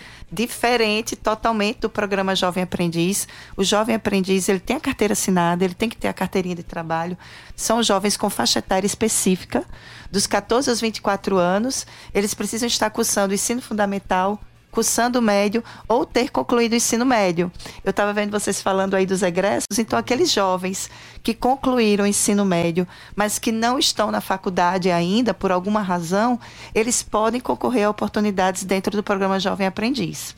Diferente totalmente do programa Jovem Aprendiz. O Jovem Aprendiz ele tem a carteira assinada, ele tem que ter a carteirinha de trabalho. São jovens com faixa etária específica, dos 14 aos 24 anos. Eles precisam estar cursando o ensino fundamental, cursando o médio ou ter concluído o ensino médio. Eu estava vendo vocês falando aí dos egressos, então aqueles jovens que concluíram o ensino médio, mas que não estão na faculdade ainda, por alguma razão, eles podem concorrer a oportunidades dentro do programa Jovem Aprendiz.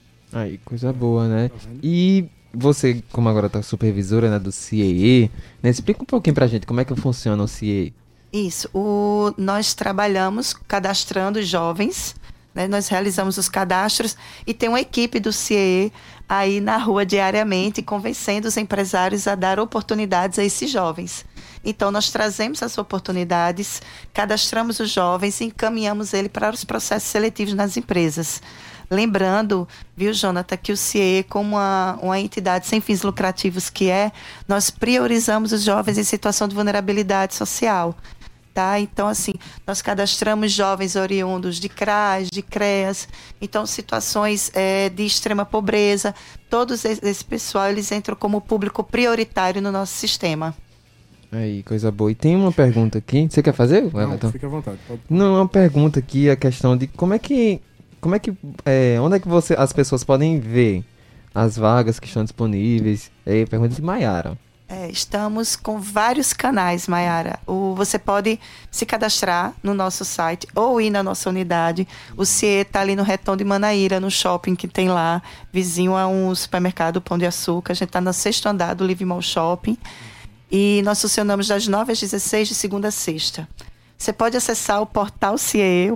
Aí, coisa boa, né? E você, como agora está supervisora, né, do CIEE, né, explica um pouquinho pra gente como é que funciona o CIEE. Isso, nós trabalhamos cadastrando jovens, né? Nós realizamos os cadastros e tem uma equipe do CIEE aí na rua diariamente, convencendo os empresários a dar oportunidades a esses jovens. Então, nós trazemos as oportunidades, cadastramos os jovens e encaminhamos ele para os processos seletivos nas empresas. Lembrando, viu, Jonathan, que o CIEE, como uma entidade sem fins lucrativos que nós priorizamos os jovens em situação de vulnerabilidade social. Tá? Então, assim, nós cadastramos jovens oriundos de CRAS, de CREAS, então situações de extrema pobreza. Todos esse pessoal, eles entram como público prioritário no nosso sistema. Aí, coisa boa. E tem uma pergunta aqui, você quer fazer? Não, fica à vontade. Pode. Não, uma pergunta aqui, a questão de onde é que as pessoas podem ver as vagas que estão disponíveis? Pergunta de Maiara. Estamos com vários canais, Maiara. Você pode se cadastrar no nosso site ou ir na nossa unidade. O CIEE está ali no Retão de Manaíra, no shopping que tem lá, vizinho a um supermercado Pão de Açúcar. A gente está no 6º andar do Live Mall Shopping. E nós funcionamos das 9 às 16, de segunda a sexta. Você pode acessar o portal CIEE, o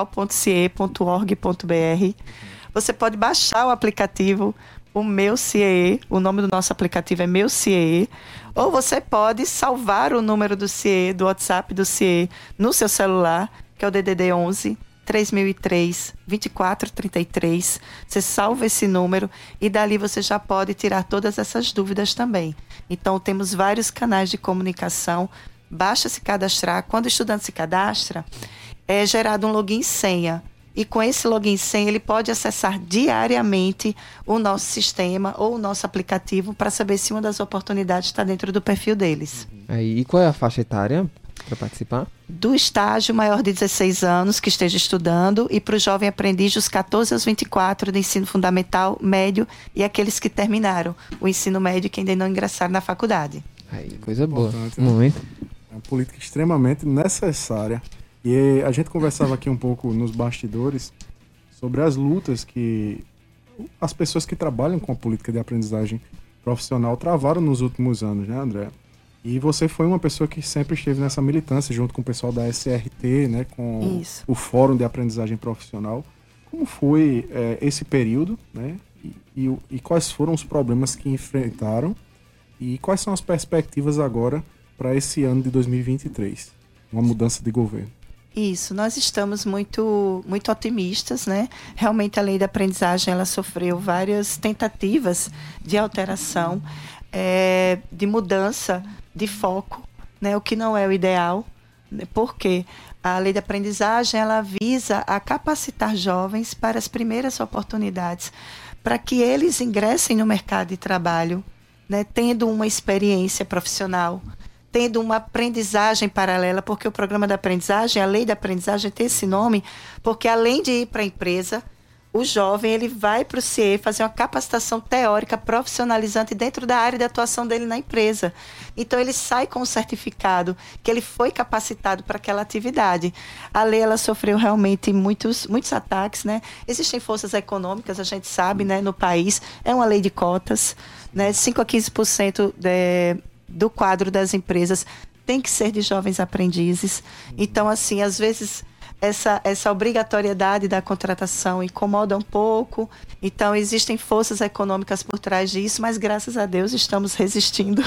portal.ciee.org.br. Você pode baixar o aplicativo o Meu CIEE, o nome do nosso aplicativo é Meu CIEE, ou você pode salvar o número do CIEE, do WhatsApp do CIEE, no seu celular, que é o DDD 11 3003 2433. Você salva esse número e dali você já pode tirar todas essas dúvidas também. Então, temos vários canais de comunicação. Basta se cadastrar. Quando o estudante se cadastra, é gerado um login e senha. e com esse login senha ele pode acessar diariamente o nosso sistema ou o nosso aplicativo para saber se uma das oportunidades está dentro do perfil deles. E qual é a faixa etária para participar? Do estágio maior de 16 anos que esteja estudando e para o jovem aprendiz dos 14 aos 24 de ensino fundamental, médio e aqueles que terminaram o ensino médio e que ainda não ingressaram na faculdade. Coisa boa. Importante, Muito. É uma política extremamente necessária. E a gente conversava aqui um pouco nos bastidores sobre as lutas que as pessoas que trabalham com a política de aprendizagem profissional travaram nos últimos anos, né, André? E você foi uma pessoa que sempre esteve nessa militância junto com o pessoal da SRT, né, com o Fórum de Aprendizagem Profissional. Como foi esse período, né? E quais foram os problemas que enfrentaram? E quais são as perspectivas agora para esse ano de 2023? Uma mudança de governo. Isso, nós estamos muito otimistas, né? Realmente a lei da aprendizagem, ela sofreu várias tentativas de alteração, de mudança de foco, né? O que não é o ideal, né? Porque a lei da aprendizagem, ela visa a capacitar jovens para as primeiras oportunidades, para que eles ingressem no mercado de trabalho, né? Tendo uma experiência profissional, tendo uma aprendizagem paralela, porque o programa da aprendizagem, a lei da aprendizagem tem esse nome, porque além de ir para a empresa, o jovem ele vai para o CIE fazer uma capacitação teórica profissionalizante dentro da área de atuação dele na empresa. Então, ele sai com um certificado que ele foi capacitado para aquela atividade. A lei ela sofreu realmente muitos ataques, né? Existem forças econômicas, a gente sabe, né, no país. É uma lei de cotas, né? 5 a 15% do quadro das empresas tem que ser de jovens aprendizes. Então, assim, às vezes essa obrigatoriedade da contratação incomoda um pouco. Então, existem forças econômicas por trás disso, mas graças a Deus estamos resistindo.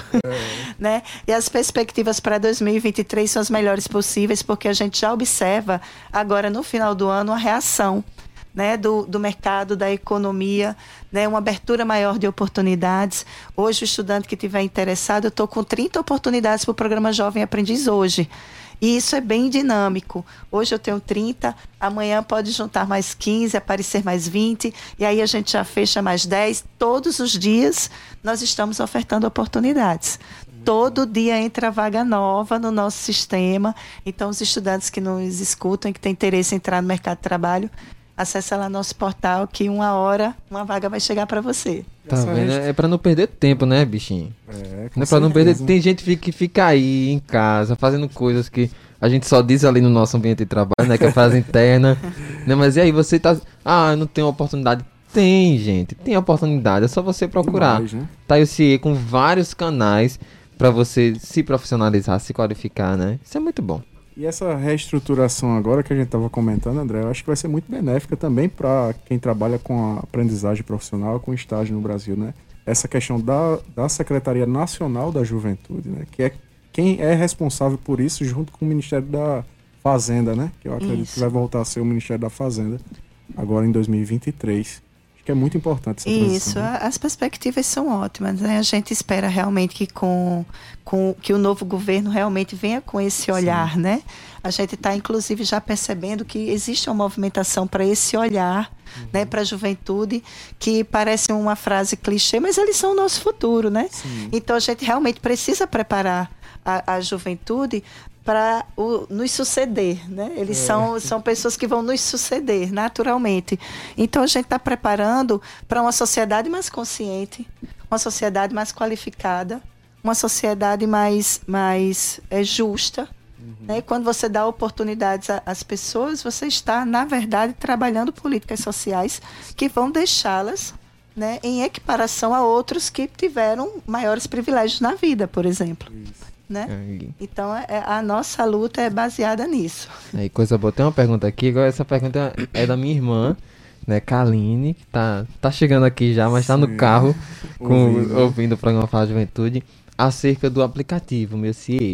Né? E as perspectivas para 2023 são as melhores possíveis, porque a gente já observa agora no final do ano a reação, né, do mercado, da economia, né, uma abertura maior de oportunidades. Hoje, o estudante que estiver interessado, eu estou com 30 oportunidades para o programa Jovem Aprendiz hoje. E isso é bem dinâmico. Hoje eu tenho 30, amanhã pode juntar mais 15, aparecer mais 20, e aí a gente já fecha mais 10. Todos os dias nós estamos ofertando oportunidades. Todo dia entra vaga nova no nosso sistema. Então, os estudantes que nos escutam e que têm interesse em entrar no mercado de trabalho, acessa lá nosso portal que uma hora uma vaga vai chegar para você. Tá vendo? É para não perder tempo, né, bichinho? Não é para não perder. Tem gente que fica aí em casa fazendo coisas que a gente só diz ali no nosso ambiente de trabalho, né, que é a frase interna. Né, mas e aí você tá, não tem oportunidade. Tem, gente, tem oportunidade, é só você procurar. Demais, né? Tá aí o CIE com vários canais para você se profissionalizar, se qualificar, né? Isso é muito bom. E essa reestruturação agora que a gente estava comentando, André, eu acho que vai ser muito benéfica também para quem trabalha com a aprendizagem profissional, com estágio no Brasil, né? Essa questão da Secretaria Nacional da Juventude, né? Que é quem é responsável por isso junto com o Ministério da Fazenda, né? Que eu acredito que vai voltar a ser o Ministério da Fazenda agora em 2023. Acho que é muito importante essa transição. Isso, as perspectivas são ótimas, né? A gente espera realmente que que o novo governo realmente venha com esse olhar, né? A gente está, inclusive, já percebendo que existe uma movimentação para esse olhar, né, para a juventude, que parece uma frase clichê, mas eles são o nosso futuro, né? Sim. Então, a gente realmente precisa preparar a juventude para nos suceder, né? Eles são pessoas que vão nos suceder naturalmente. Então, a gente está preparando para uma sociedade mais consciente, uma sociedade mais qualificada, uma sociedade mais justa. Né? Quando você dá oportunidades às pessoas, você está, na verdade, trabalhando políticas sociais que vão deixá-las, né, em equiparação a outros que tiveram maiores privilégios na vida, por exemplo. Né? Então, a nossa luta é baseada nisso. Aí, coisa boa. Tem uma pergunta aqui, agora essa pergunta é da minha irmã, né, Kaline, que tá chegando aqui já, mas tá no carro ouvindo o programa Fala Juventude, acerca do aplicativo, meu CIE.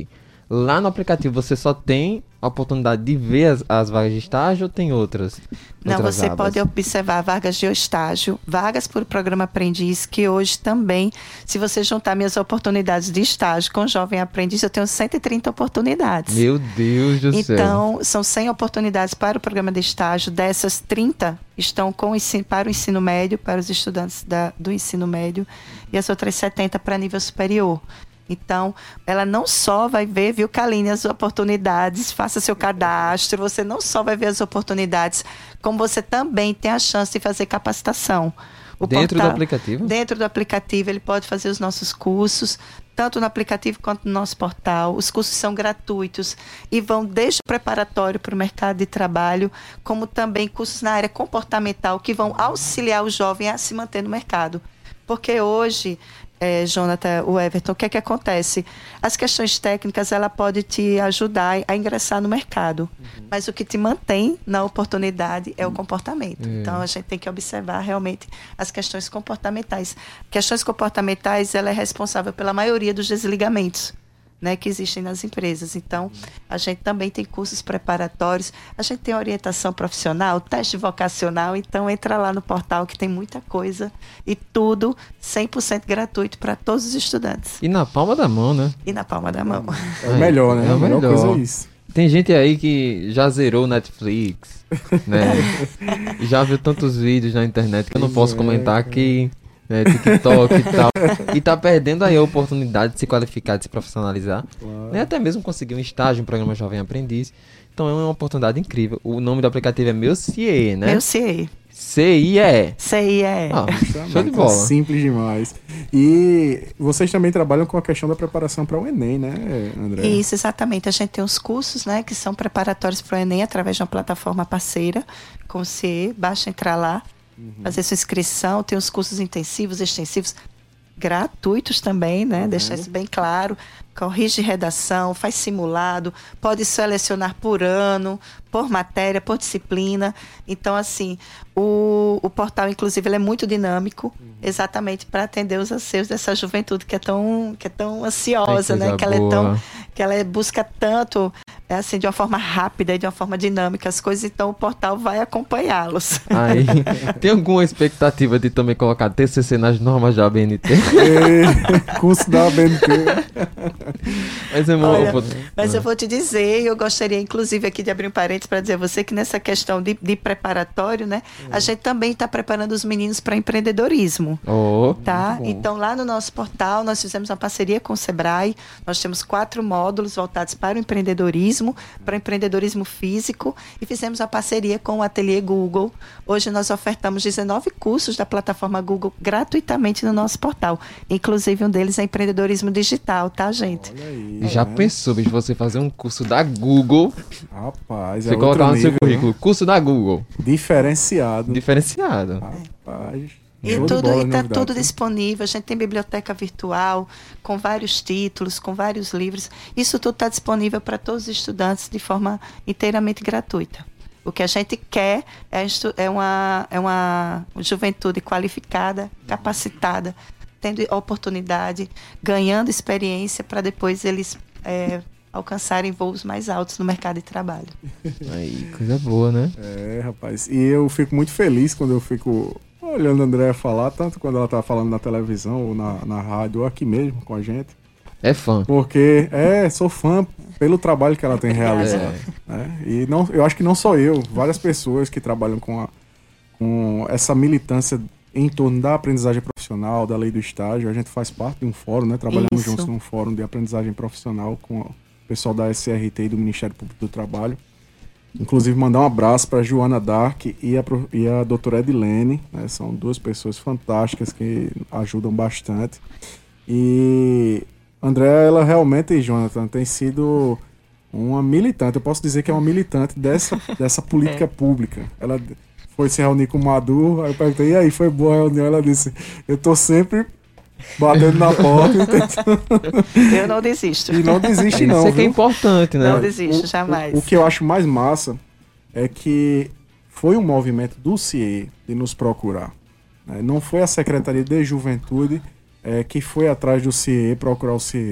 Lá no aplicativo você só tem a oportunidade de ver as vagas de estágio ou tem outras? Não, outras você abas? pode observar vagas de estágio, vagas por programa aprendiz, que hoje também, se você juntar minhas oportunidades de estágio com jovem aprendiz, eu tenho 130 oportunidades. Meu Deus do céu. Então, são 100 oportunidades para o programa de estágio. Dessas, 30 estão para o ensino médio, para os estudantes do ensino médio, e as outras 70 para nível superior. Então, ela não só vai ver, viu, Kaline, as oportunidades, faça seu cadastro, você não só vai ver as oportunidades, como você também tem a chance de fazer capacitação. Dentro do aplicativo? Dentro do aplicativo, ele pode fazer os nossos cursos, tanto no aplicativo quanto no nosso portal. Os cursos são gratuitos e vão desde o preparatório para o mercado de trabalho, como também cursos na área comportamental que vão auxiliar o jovem a se manter no mercado. Porque hoje, Jonathan, o Everton, o que é que acontece? As questões técnicas, ela pode te ajudar a ingressar no mercado, mas o que te mantém na oportunidade é o comportamento. Então, a gente tem que observar realmente as questões comportamentais. Questões comportamentais, ela é responsável pela maioria dos desligamentos, né, que existem nas empresas. Então, a gente também tem cursos preparatórios, a gente tem orientação profissional, teste vocacional, então entra lá no portal que tem muita coisa e tudo 100% gratuito para todos os estudantes. E na palma da mão, né? E na palma da mão. É o melhor, né? É o melhor. Coisa é isso. Tem gente aí que já zerou o Netflix, né? Já viu tantos vídeos na internet que eu não posso comentar que... TikTok e tal. E tá perdendo aí a oportunidade de se qualificar, de se profissionalizar. Claro. Né? Até mesmo conseguir um estágio no programa Jovem Aprendiz. Então é uma oportunidade incrível. O nome do aplicativo é Meu CIE, né? Meu CIE. CIE. CIE. Show de bola. Simples demais. E vocês também trabalham com a questão da preparação para o Enem, né, André? Isso, exatamente. A gente tem os cursos, né, que são preparatórios para o Enem através de uma plataforma parceira com o CIE. Basta entrar lá. Fazer sua inscrição, tem os cursos intensivos, extensivos, gratuitos também, né? Deixar isso bem claro. Corrige redação, faz simulado, pode selecionar por ano, por matéria, por disciplina. Então, assim, o portal, inclusive, ele é muito dinâmico, exatamente para atender os anseios dessa juventude que é tão ansiosa, né? Que ela busca tanto, assim, de uma forma rápida e de uma forma dinâmica as coisas, então o portal vai acompanhá-los. Aí, tem alguma expectativa de também colocar TCC nas normas da ABNT? Curso da ABNT. Mas eu vou te dizer, eu gostaria inclusive aqui de abrir um parênteses para dizer a você que nessa questão de preparatório, né, a gente também está preparando os meninos para empreendedorismo. Tá? Então lá no nosso portal nós fizemos uma parceria com o Sebrae, nós temos 4 módulos voltados para o empreendedorismo físico e fizemos uma parceria com o Ateliê Google. Hoje nós ofertamos 19 cursos da plataforma Google gratuitamente no nosso portal, inclusive um deles é empreendedorismo digital, tá, gente? Já pensou, bicho, você fazer um curso da Google? Rapaz, você colocar no seu currículo, né? Curso da Google. Diferenciado. Rapaz. E tá tudo disponível. A gente tem biblioteca virtual com vários títulos, com vários livros. Isso tudo está disponível para todos os estudantes de forma inteiramente gratuita. O que a gente quer é uma juventude qualificada, capacitada, tendo oportunidade, ganhando experiência para depois eles alcançarem voos mais altos no mercado de trabalho. Aí, coisa boa, né? Rapaz. E eu fico muito feliz quando eu fico olhando a Andréa falar, tanto quando ela tá falando na televisão ou na rádio ou aqui mesmo com a gente. É fã. Porque, sou fã pelo trabalho que ela tem realizado. Né? E eu acho que não só eu, várias pessoas que trabalham com essa militância em torno da aprendizagem profissional, da lei do estágio. A gente faz parte de um fórum, né? Trabalhamos juntos num fórum de aprendizagem profissional com o pessoal da SRT e do Ministério Público do Trabalho. Inclusive, mandar um abraço para a Joana Dark e a doutora Edilene, né? São 2 pessoas fantásticas que ajudam bastante. E André, ela realmente, Jonathan, tem sido uma militante. Eu posso dizer que é uma militante dessa política pública. Ela foi se reunir com o Madu, aí eu perguntei, e aí, foi boa a reunião? Ela disse, eu tô sempre batendo na porta e tentando... Eu não desisto. E não desiste não, Isso é que é importante, né? Não desisto, jamais. O que eu acho mais massa é que foi um movimento do CIE de nos procurar. Não foi a Secretaria de Juventude que foi atrás do CIE, procurar o CIE.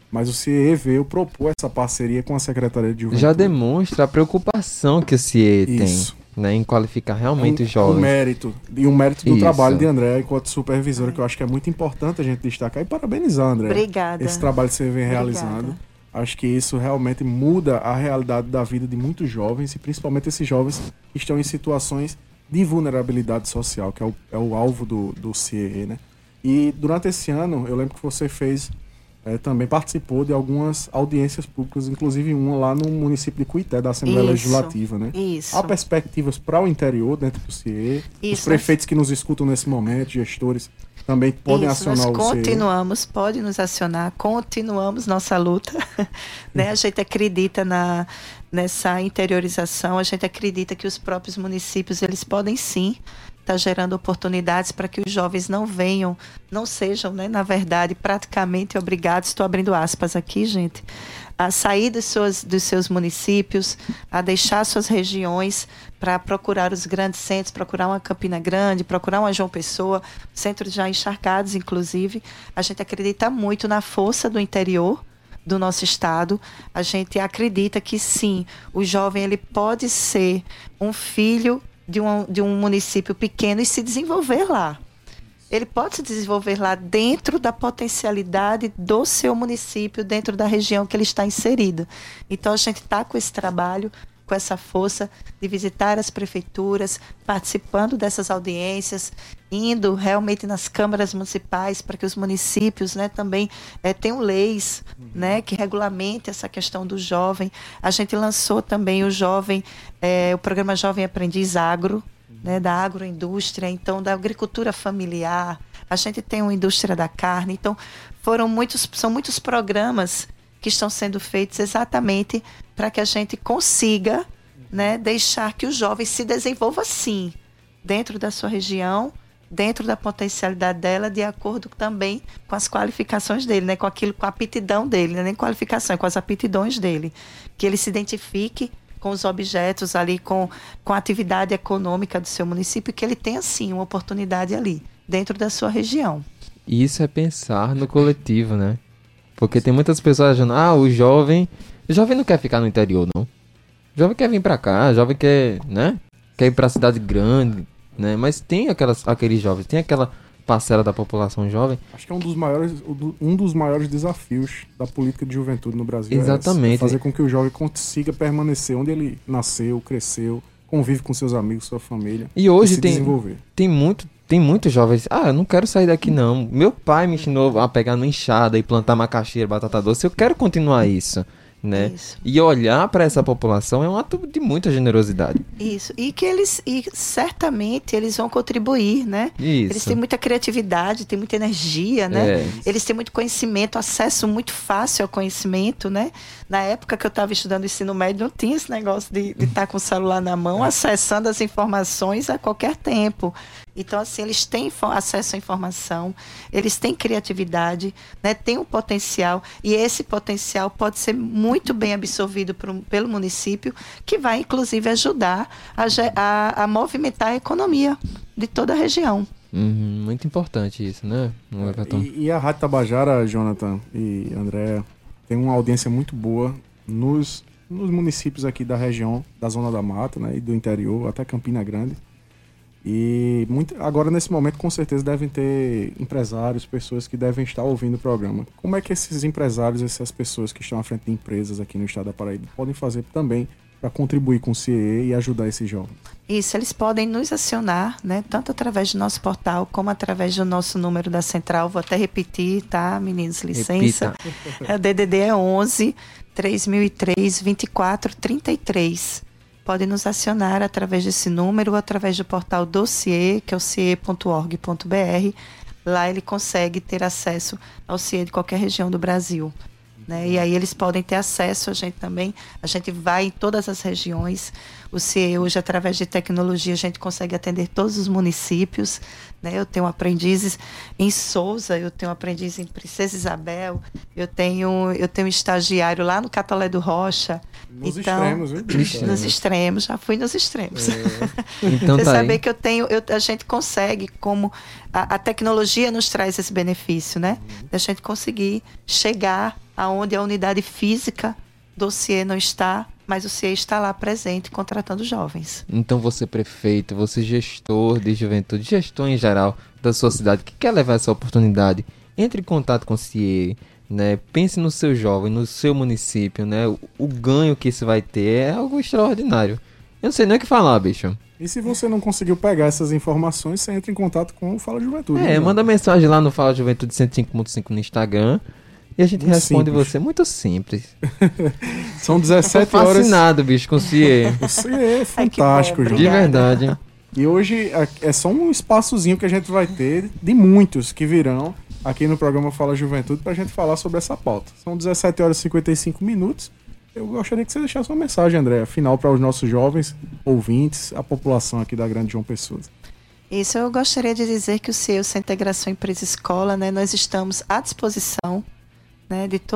mas o CIE veio propor essa parceria com a Secretaria de Juventude. Já demonstra a preocupação que o CIE tem, né, em qualificar realmente os jovens. O mérito do trabalho de André enquanto supervisora, que eu acho que é muito importante a gente destacar e parabenizar, André. Obrigada. Esse trabalho que você vem realizando. Acho que isso realmente muda a realidade da vida de muitos jovens, e principalmente esses jovens que estão em situações de vulnerabilidade social, que é o alvo do CIE, né? E durante esse ano, eu lembro que você também participou de algumas audiências públicas, inclusive uma lá no município de Cuité, da Assembleia Legislativa, né? Isso. Há perspectivas para o interior dentro do CIE? Os prefeitos que nos escutam nesse momento, gestores, também podem acionar o CIE? Pode nos acionar, continuamos nossa luta, né? A gente acredita nessa interiorização, a gente acredita que os próprios municípios, eles podem sim estar gerando oportunidades para que os jovens não sejam, né, na verdade, praticamente obrigados, estou abrindo aspas aqui, gente, a sair dos seus municípios, a deixar suas regiões para procurar os grandes centros, procurar uma Campina Grande, procurar uma João Pessoa, centros já encharcados, inclusive. A gente acredita muito na força do interior do nosso estado. A gente acredita que sim, o jovem ele pode ser um filho de um município pequeno e se desenvolver lá. Ele pode se desenvolver lá dentro da potencialidade do seu município, dentro da região que ele está inserido. Então, a gente está com esse trabalho, com essa força de visitar as prefeituras, participando dessas audiências, indo realmente nas câmaras municipais para que os municípios, né, também tenham leis, né, que regulamentem essa questão do jovem. A gente lançou também o programa Jovem Aprendiz Agro, né, da agroindústria, então da agricultura familiar. A gente tem uma indústria da carne. Então, são muitos programas que estão sendo feitos exatamente para que a gente consiga, né, deixar que o jovem se desenvolva sim, dentro da sua região, dentro da potencialidade dela, de acordo também com as qualificações dele, né, com a aptidão dele, né, nem qualificação, com as aptidões dele, que ele se identifique com os objetos ali, com a atividade econômica do seu município, que ele tenha sim uma oportunidade ali, dentro da sua região. Isso é pensar no coletivo, né? Porque tem muitas pessoas achando, o jovem não quer ficar no interior, não. O jovem quer vir pra cá, o jovem quer, né? Quer ir pra cidade grande, né? Mas tem aqueles jovens, tem aquela parcela da população jovem. Acho que é um dos maiores desafios da política de juventude no Brasil. Exatamente. É fazer com que o jovem consiga permanecer onde ele nasceu, cresceu, convive com seus amigos, sua família. E hoje se desenvolver. Tem muitos jovens, eu não quero sair daqui não. Meu pai me ensinou a pegar no enxada e plantar macaxeira, batata doce. Eu quero continuar isso, né? Isso. E olhar para essa população é um ato de muita generosidade. Isso. E certamente eles vão contribuir, né? Isso. Eles têm muita criatividade, têm muita energia, né? Eles têm muito conhecimento, acesso muito fácil ao conhecimento, né? Na época que eu estava estudando ensino médio, não tinha esse negócio de estar com o celular na mão, acessando as informações a qualquer tempo. Então, assim, eles têm acesso à informação, eles têm criatividade, né, têm um potencial, e esse potencial pode ser muito bem absorvido pelo município, que vai, inclusive, ajudar a movimentar a economia de toda a região. Muito importante isso, né? E a Rádio Tabajara, Jonathan e André, tem uma audiência muito boa nos municípios aqui da região, da Zona da Mata, né, e do interior, até Campina Grande. E agora, nesse momento, com certeza devem ter empresários, pessoas que devem estar ouvindo o programa. Como é que esses empresários, essas pessoas que estão à frente de empresas aqui no estado da Paraíba podem fazer também para contribuir com o CIE e ajudar esses jovens? Isso, eles podem nos acionar, né, tanto através do nosso portal como através do nosso número da central. Vou até repetir, tá, meninos? Licença. O DDD é 11 3003 2433. Pode nos acionar através desse número ou através do portal do CIE, que é o cie.org.br. Lá ele consegue ter acesso ao CIE de qualquer região do Brasil, né? E aí eles podem ter acesso, a gente vai em todas as regiões. O CIE hoje, através de tecnologia, a gente consegue atender todos os municípios, né? Eu tenho aprendizes em Souza, eu tenho aprendiz em Princesa Isabel, eu tenho estagiário lá no Catolé do Rocha. Nos então, extremos, viu? Nos extremos, já fui nos extremos. Então Você tá saber aí. que a gente consegue, como a tecnologia nos traz esse benefício, né? Da gente conseguir chegar aonde a unidade física do CIE não está, mas o CIE está lá presente, contratando jovens. Então você prefeito, você gestor de juventude, gestor em geral da sua cidade, que quer levar essa oportunidade, entre em contato com o CIE, né? Pense no seu jovem, no seu município, né? O ganho que isso vai ter é algo extraordinário. Eu não sei nem o que falar, bicho. E se você não conseguiu pegar essas informações, você entra em contato com o Fala Juventude. Manda mensagem lá no Fala Juventude 105.5 no Instagram e a gente Muito responde simples. você. Muito simples. São 17 Tô horas. fascinado, bicho, com o CIE. O CIE é fantástico, João. De verdade. E hoje é só um espaçozinho que a gente vai ter de muitos que virão aqui no programa Fala Juventude pra gente falar sobre essa pauta. São 17 horas e 55 minutos. Eu gostaria que você deixasse uma mensagem, André, final para os nossos jovens ouvintes, a população aqui da Grande João Pessoa. Isso, eu gostaria de dizer que o CIE, o Centro de Integração Empresa-Escola, né, nós estamos à disposição, né, de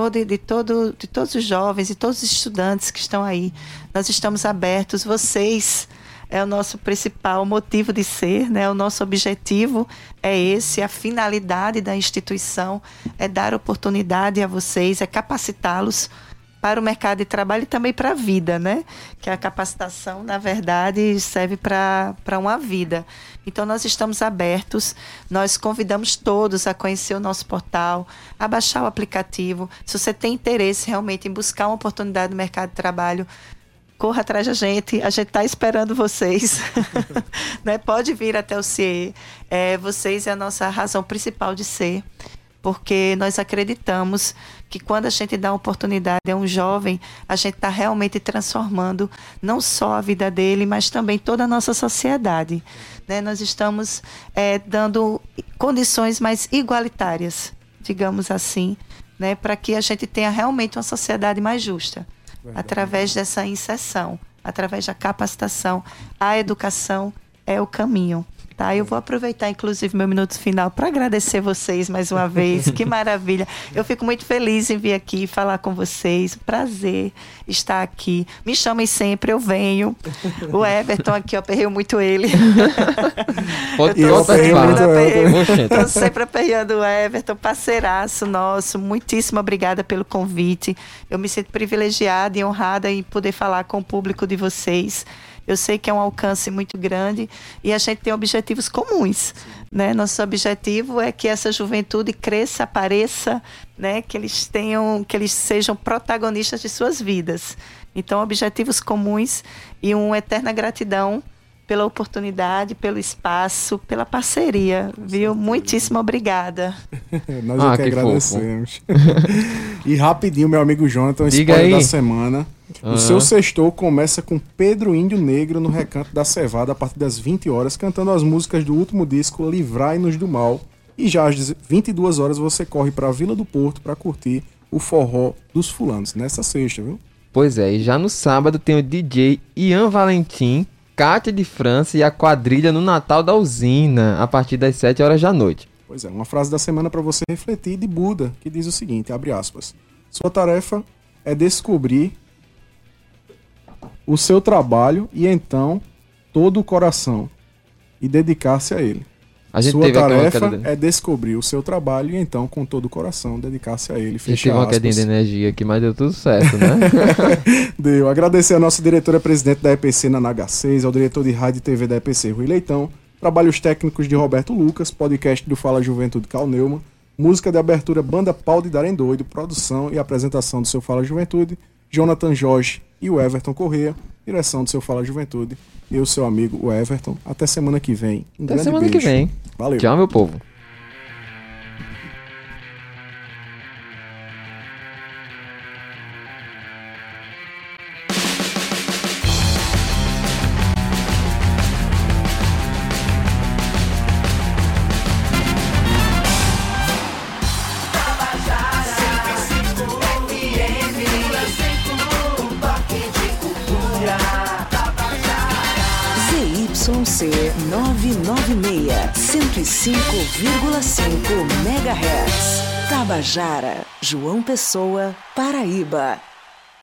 todos os jovens e todos os estudantes que estão aí. Nós estamos abertos, vocês é o nosso principal motivo de ser, né? O nosso objetivo é esse, a finalidade da instituição é dar oportunidade a vocês, é capacitá-los para o mercado de trabalho e também para a vida, né? Que a capacitação, na verdade, serve para uma vida. Então, nós estamos abertos, nós convidamos todos a conhecer o nosso portal, a baixar o aplicativo. Se você tem interesse realmente em buscar uma oportunidade no mercado de trabalho, corra atrás da gente, a gente está esperando vocês. Né? Pode vir até o CIE. Vocês é a nossa razão principal de ser, porque nós acreditamos que quando a gente dá oportunidade a um jovem, a gente está realmente transformando não só a vida dele, mas também toda a nossa sociedade. Né? Nós estamos dando condições mais igualitárias, digamos assim, né? Para que a gente tenha realmente uma sociedade mais justa. Verdade. Através dessa inserção, através da capacitação, a educação é o caminho. Tá, eu vou aproveitar, inclusive, meu minuto final para agradecer vocês mais uma vez. Que maravilha. Eu fico muito feliz em vir aqui falar com vocês. Prazer estar aqui. Me chamem sempre, eu venho. O Everton aqui, eu aperreio muito ele. Estou sempre aperreando o Everton, parceiraço nosso. Muitíssimo obrigada pelo convite. Eu me sinto privilegiada e honrada em poder falar com o público de vocês. Eu sei que é um alcance muito grande e a gente tem objetivos comuns, né? Nosso objetivo é que essa juventude cresça, apareça, né? Que eles sejam protagonistas de suas vidas. Então, objetivos comuns e uma eterna gratidão pela oportunidade, pelo espaço, pela parceria, viu? Muitíssimo obrigada. Nós que agradecemos. E rapidinho, meu amigo Jonathan, Diga spoiler aí. da semana. O seu sextou começa com Pedro Índio Negro no Recanto da Cevada a partir das 20 horas, cantando as músicas do último disco Livrai-nos do Mal. E já às 22 horas você corre para a Vila do Porto para curtir o forró dos fulanos, nessa sexta, viu? Pois é, e já no sábado tem o DJ Ian Valentim, Cátia de França e a quadrilha no Natal da Usina, a partir das 7 horas da noite. Pois é, uma frase da semana para você refletir de Buda, que diz o seguinte, abre aspas, sua tarefa é descobrir o seu trabalho e então todo o coração e dedicar-se a ele. Sua tarefa é descobrir o seu trabalho e então com todo o coração dedicar-se a ele. Teve uma quedinha de energia aqui, mas deu tudo certo, né? Deu. Agradecer a nossa diretora-presidente da EPC, Nanaga 6, ao diretor de rádio e TV da EPC, Rui Leitão, trabalhos técnicos de Roberto Lucas, podcast do Fala Juventude, Cal Neumann, música de abertura Banda Pau de Darem Doido, produção e apresentação do seu Fala Juventude, Jonathan Jorge e o Everton Corrêa, direção do seu Fala Juventude. Eu, seu amigo, o Everton. Até semana que vem. Até semana que vem. Valeu. Tchau, meu povo. Tabajara ZYC 996, 105,5 MHz. Tabajara, João Pessoa, Paraíba.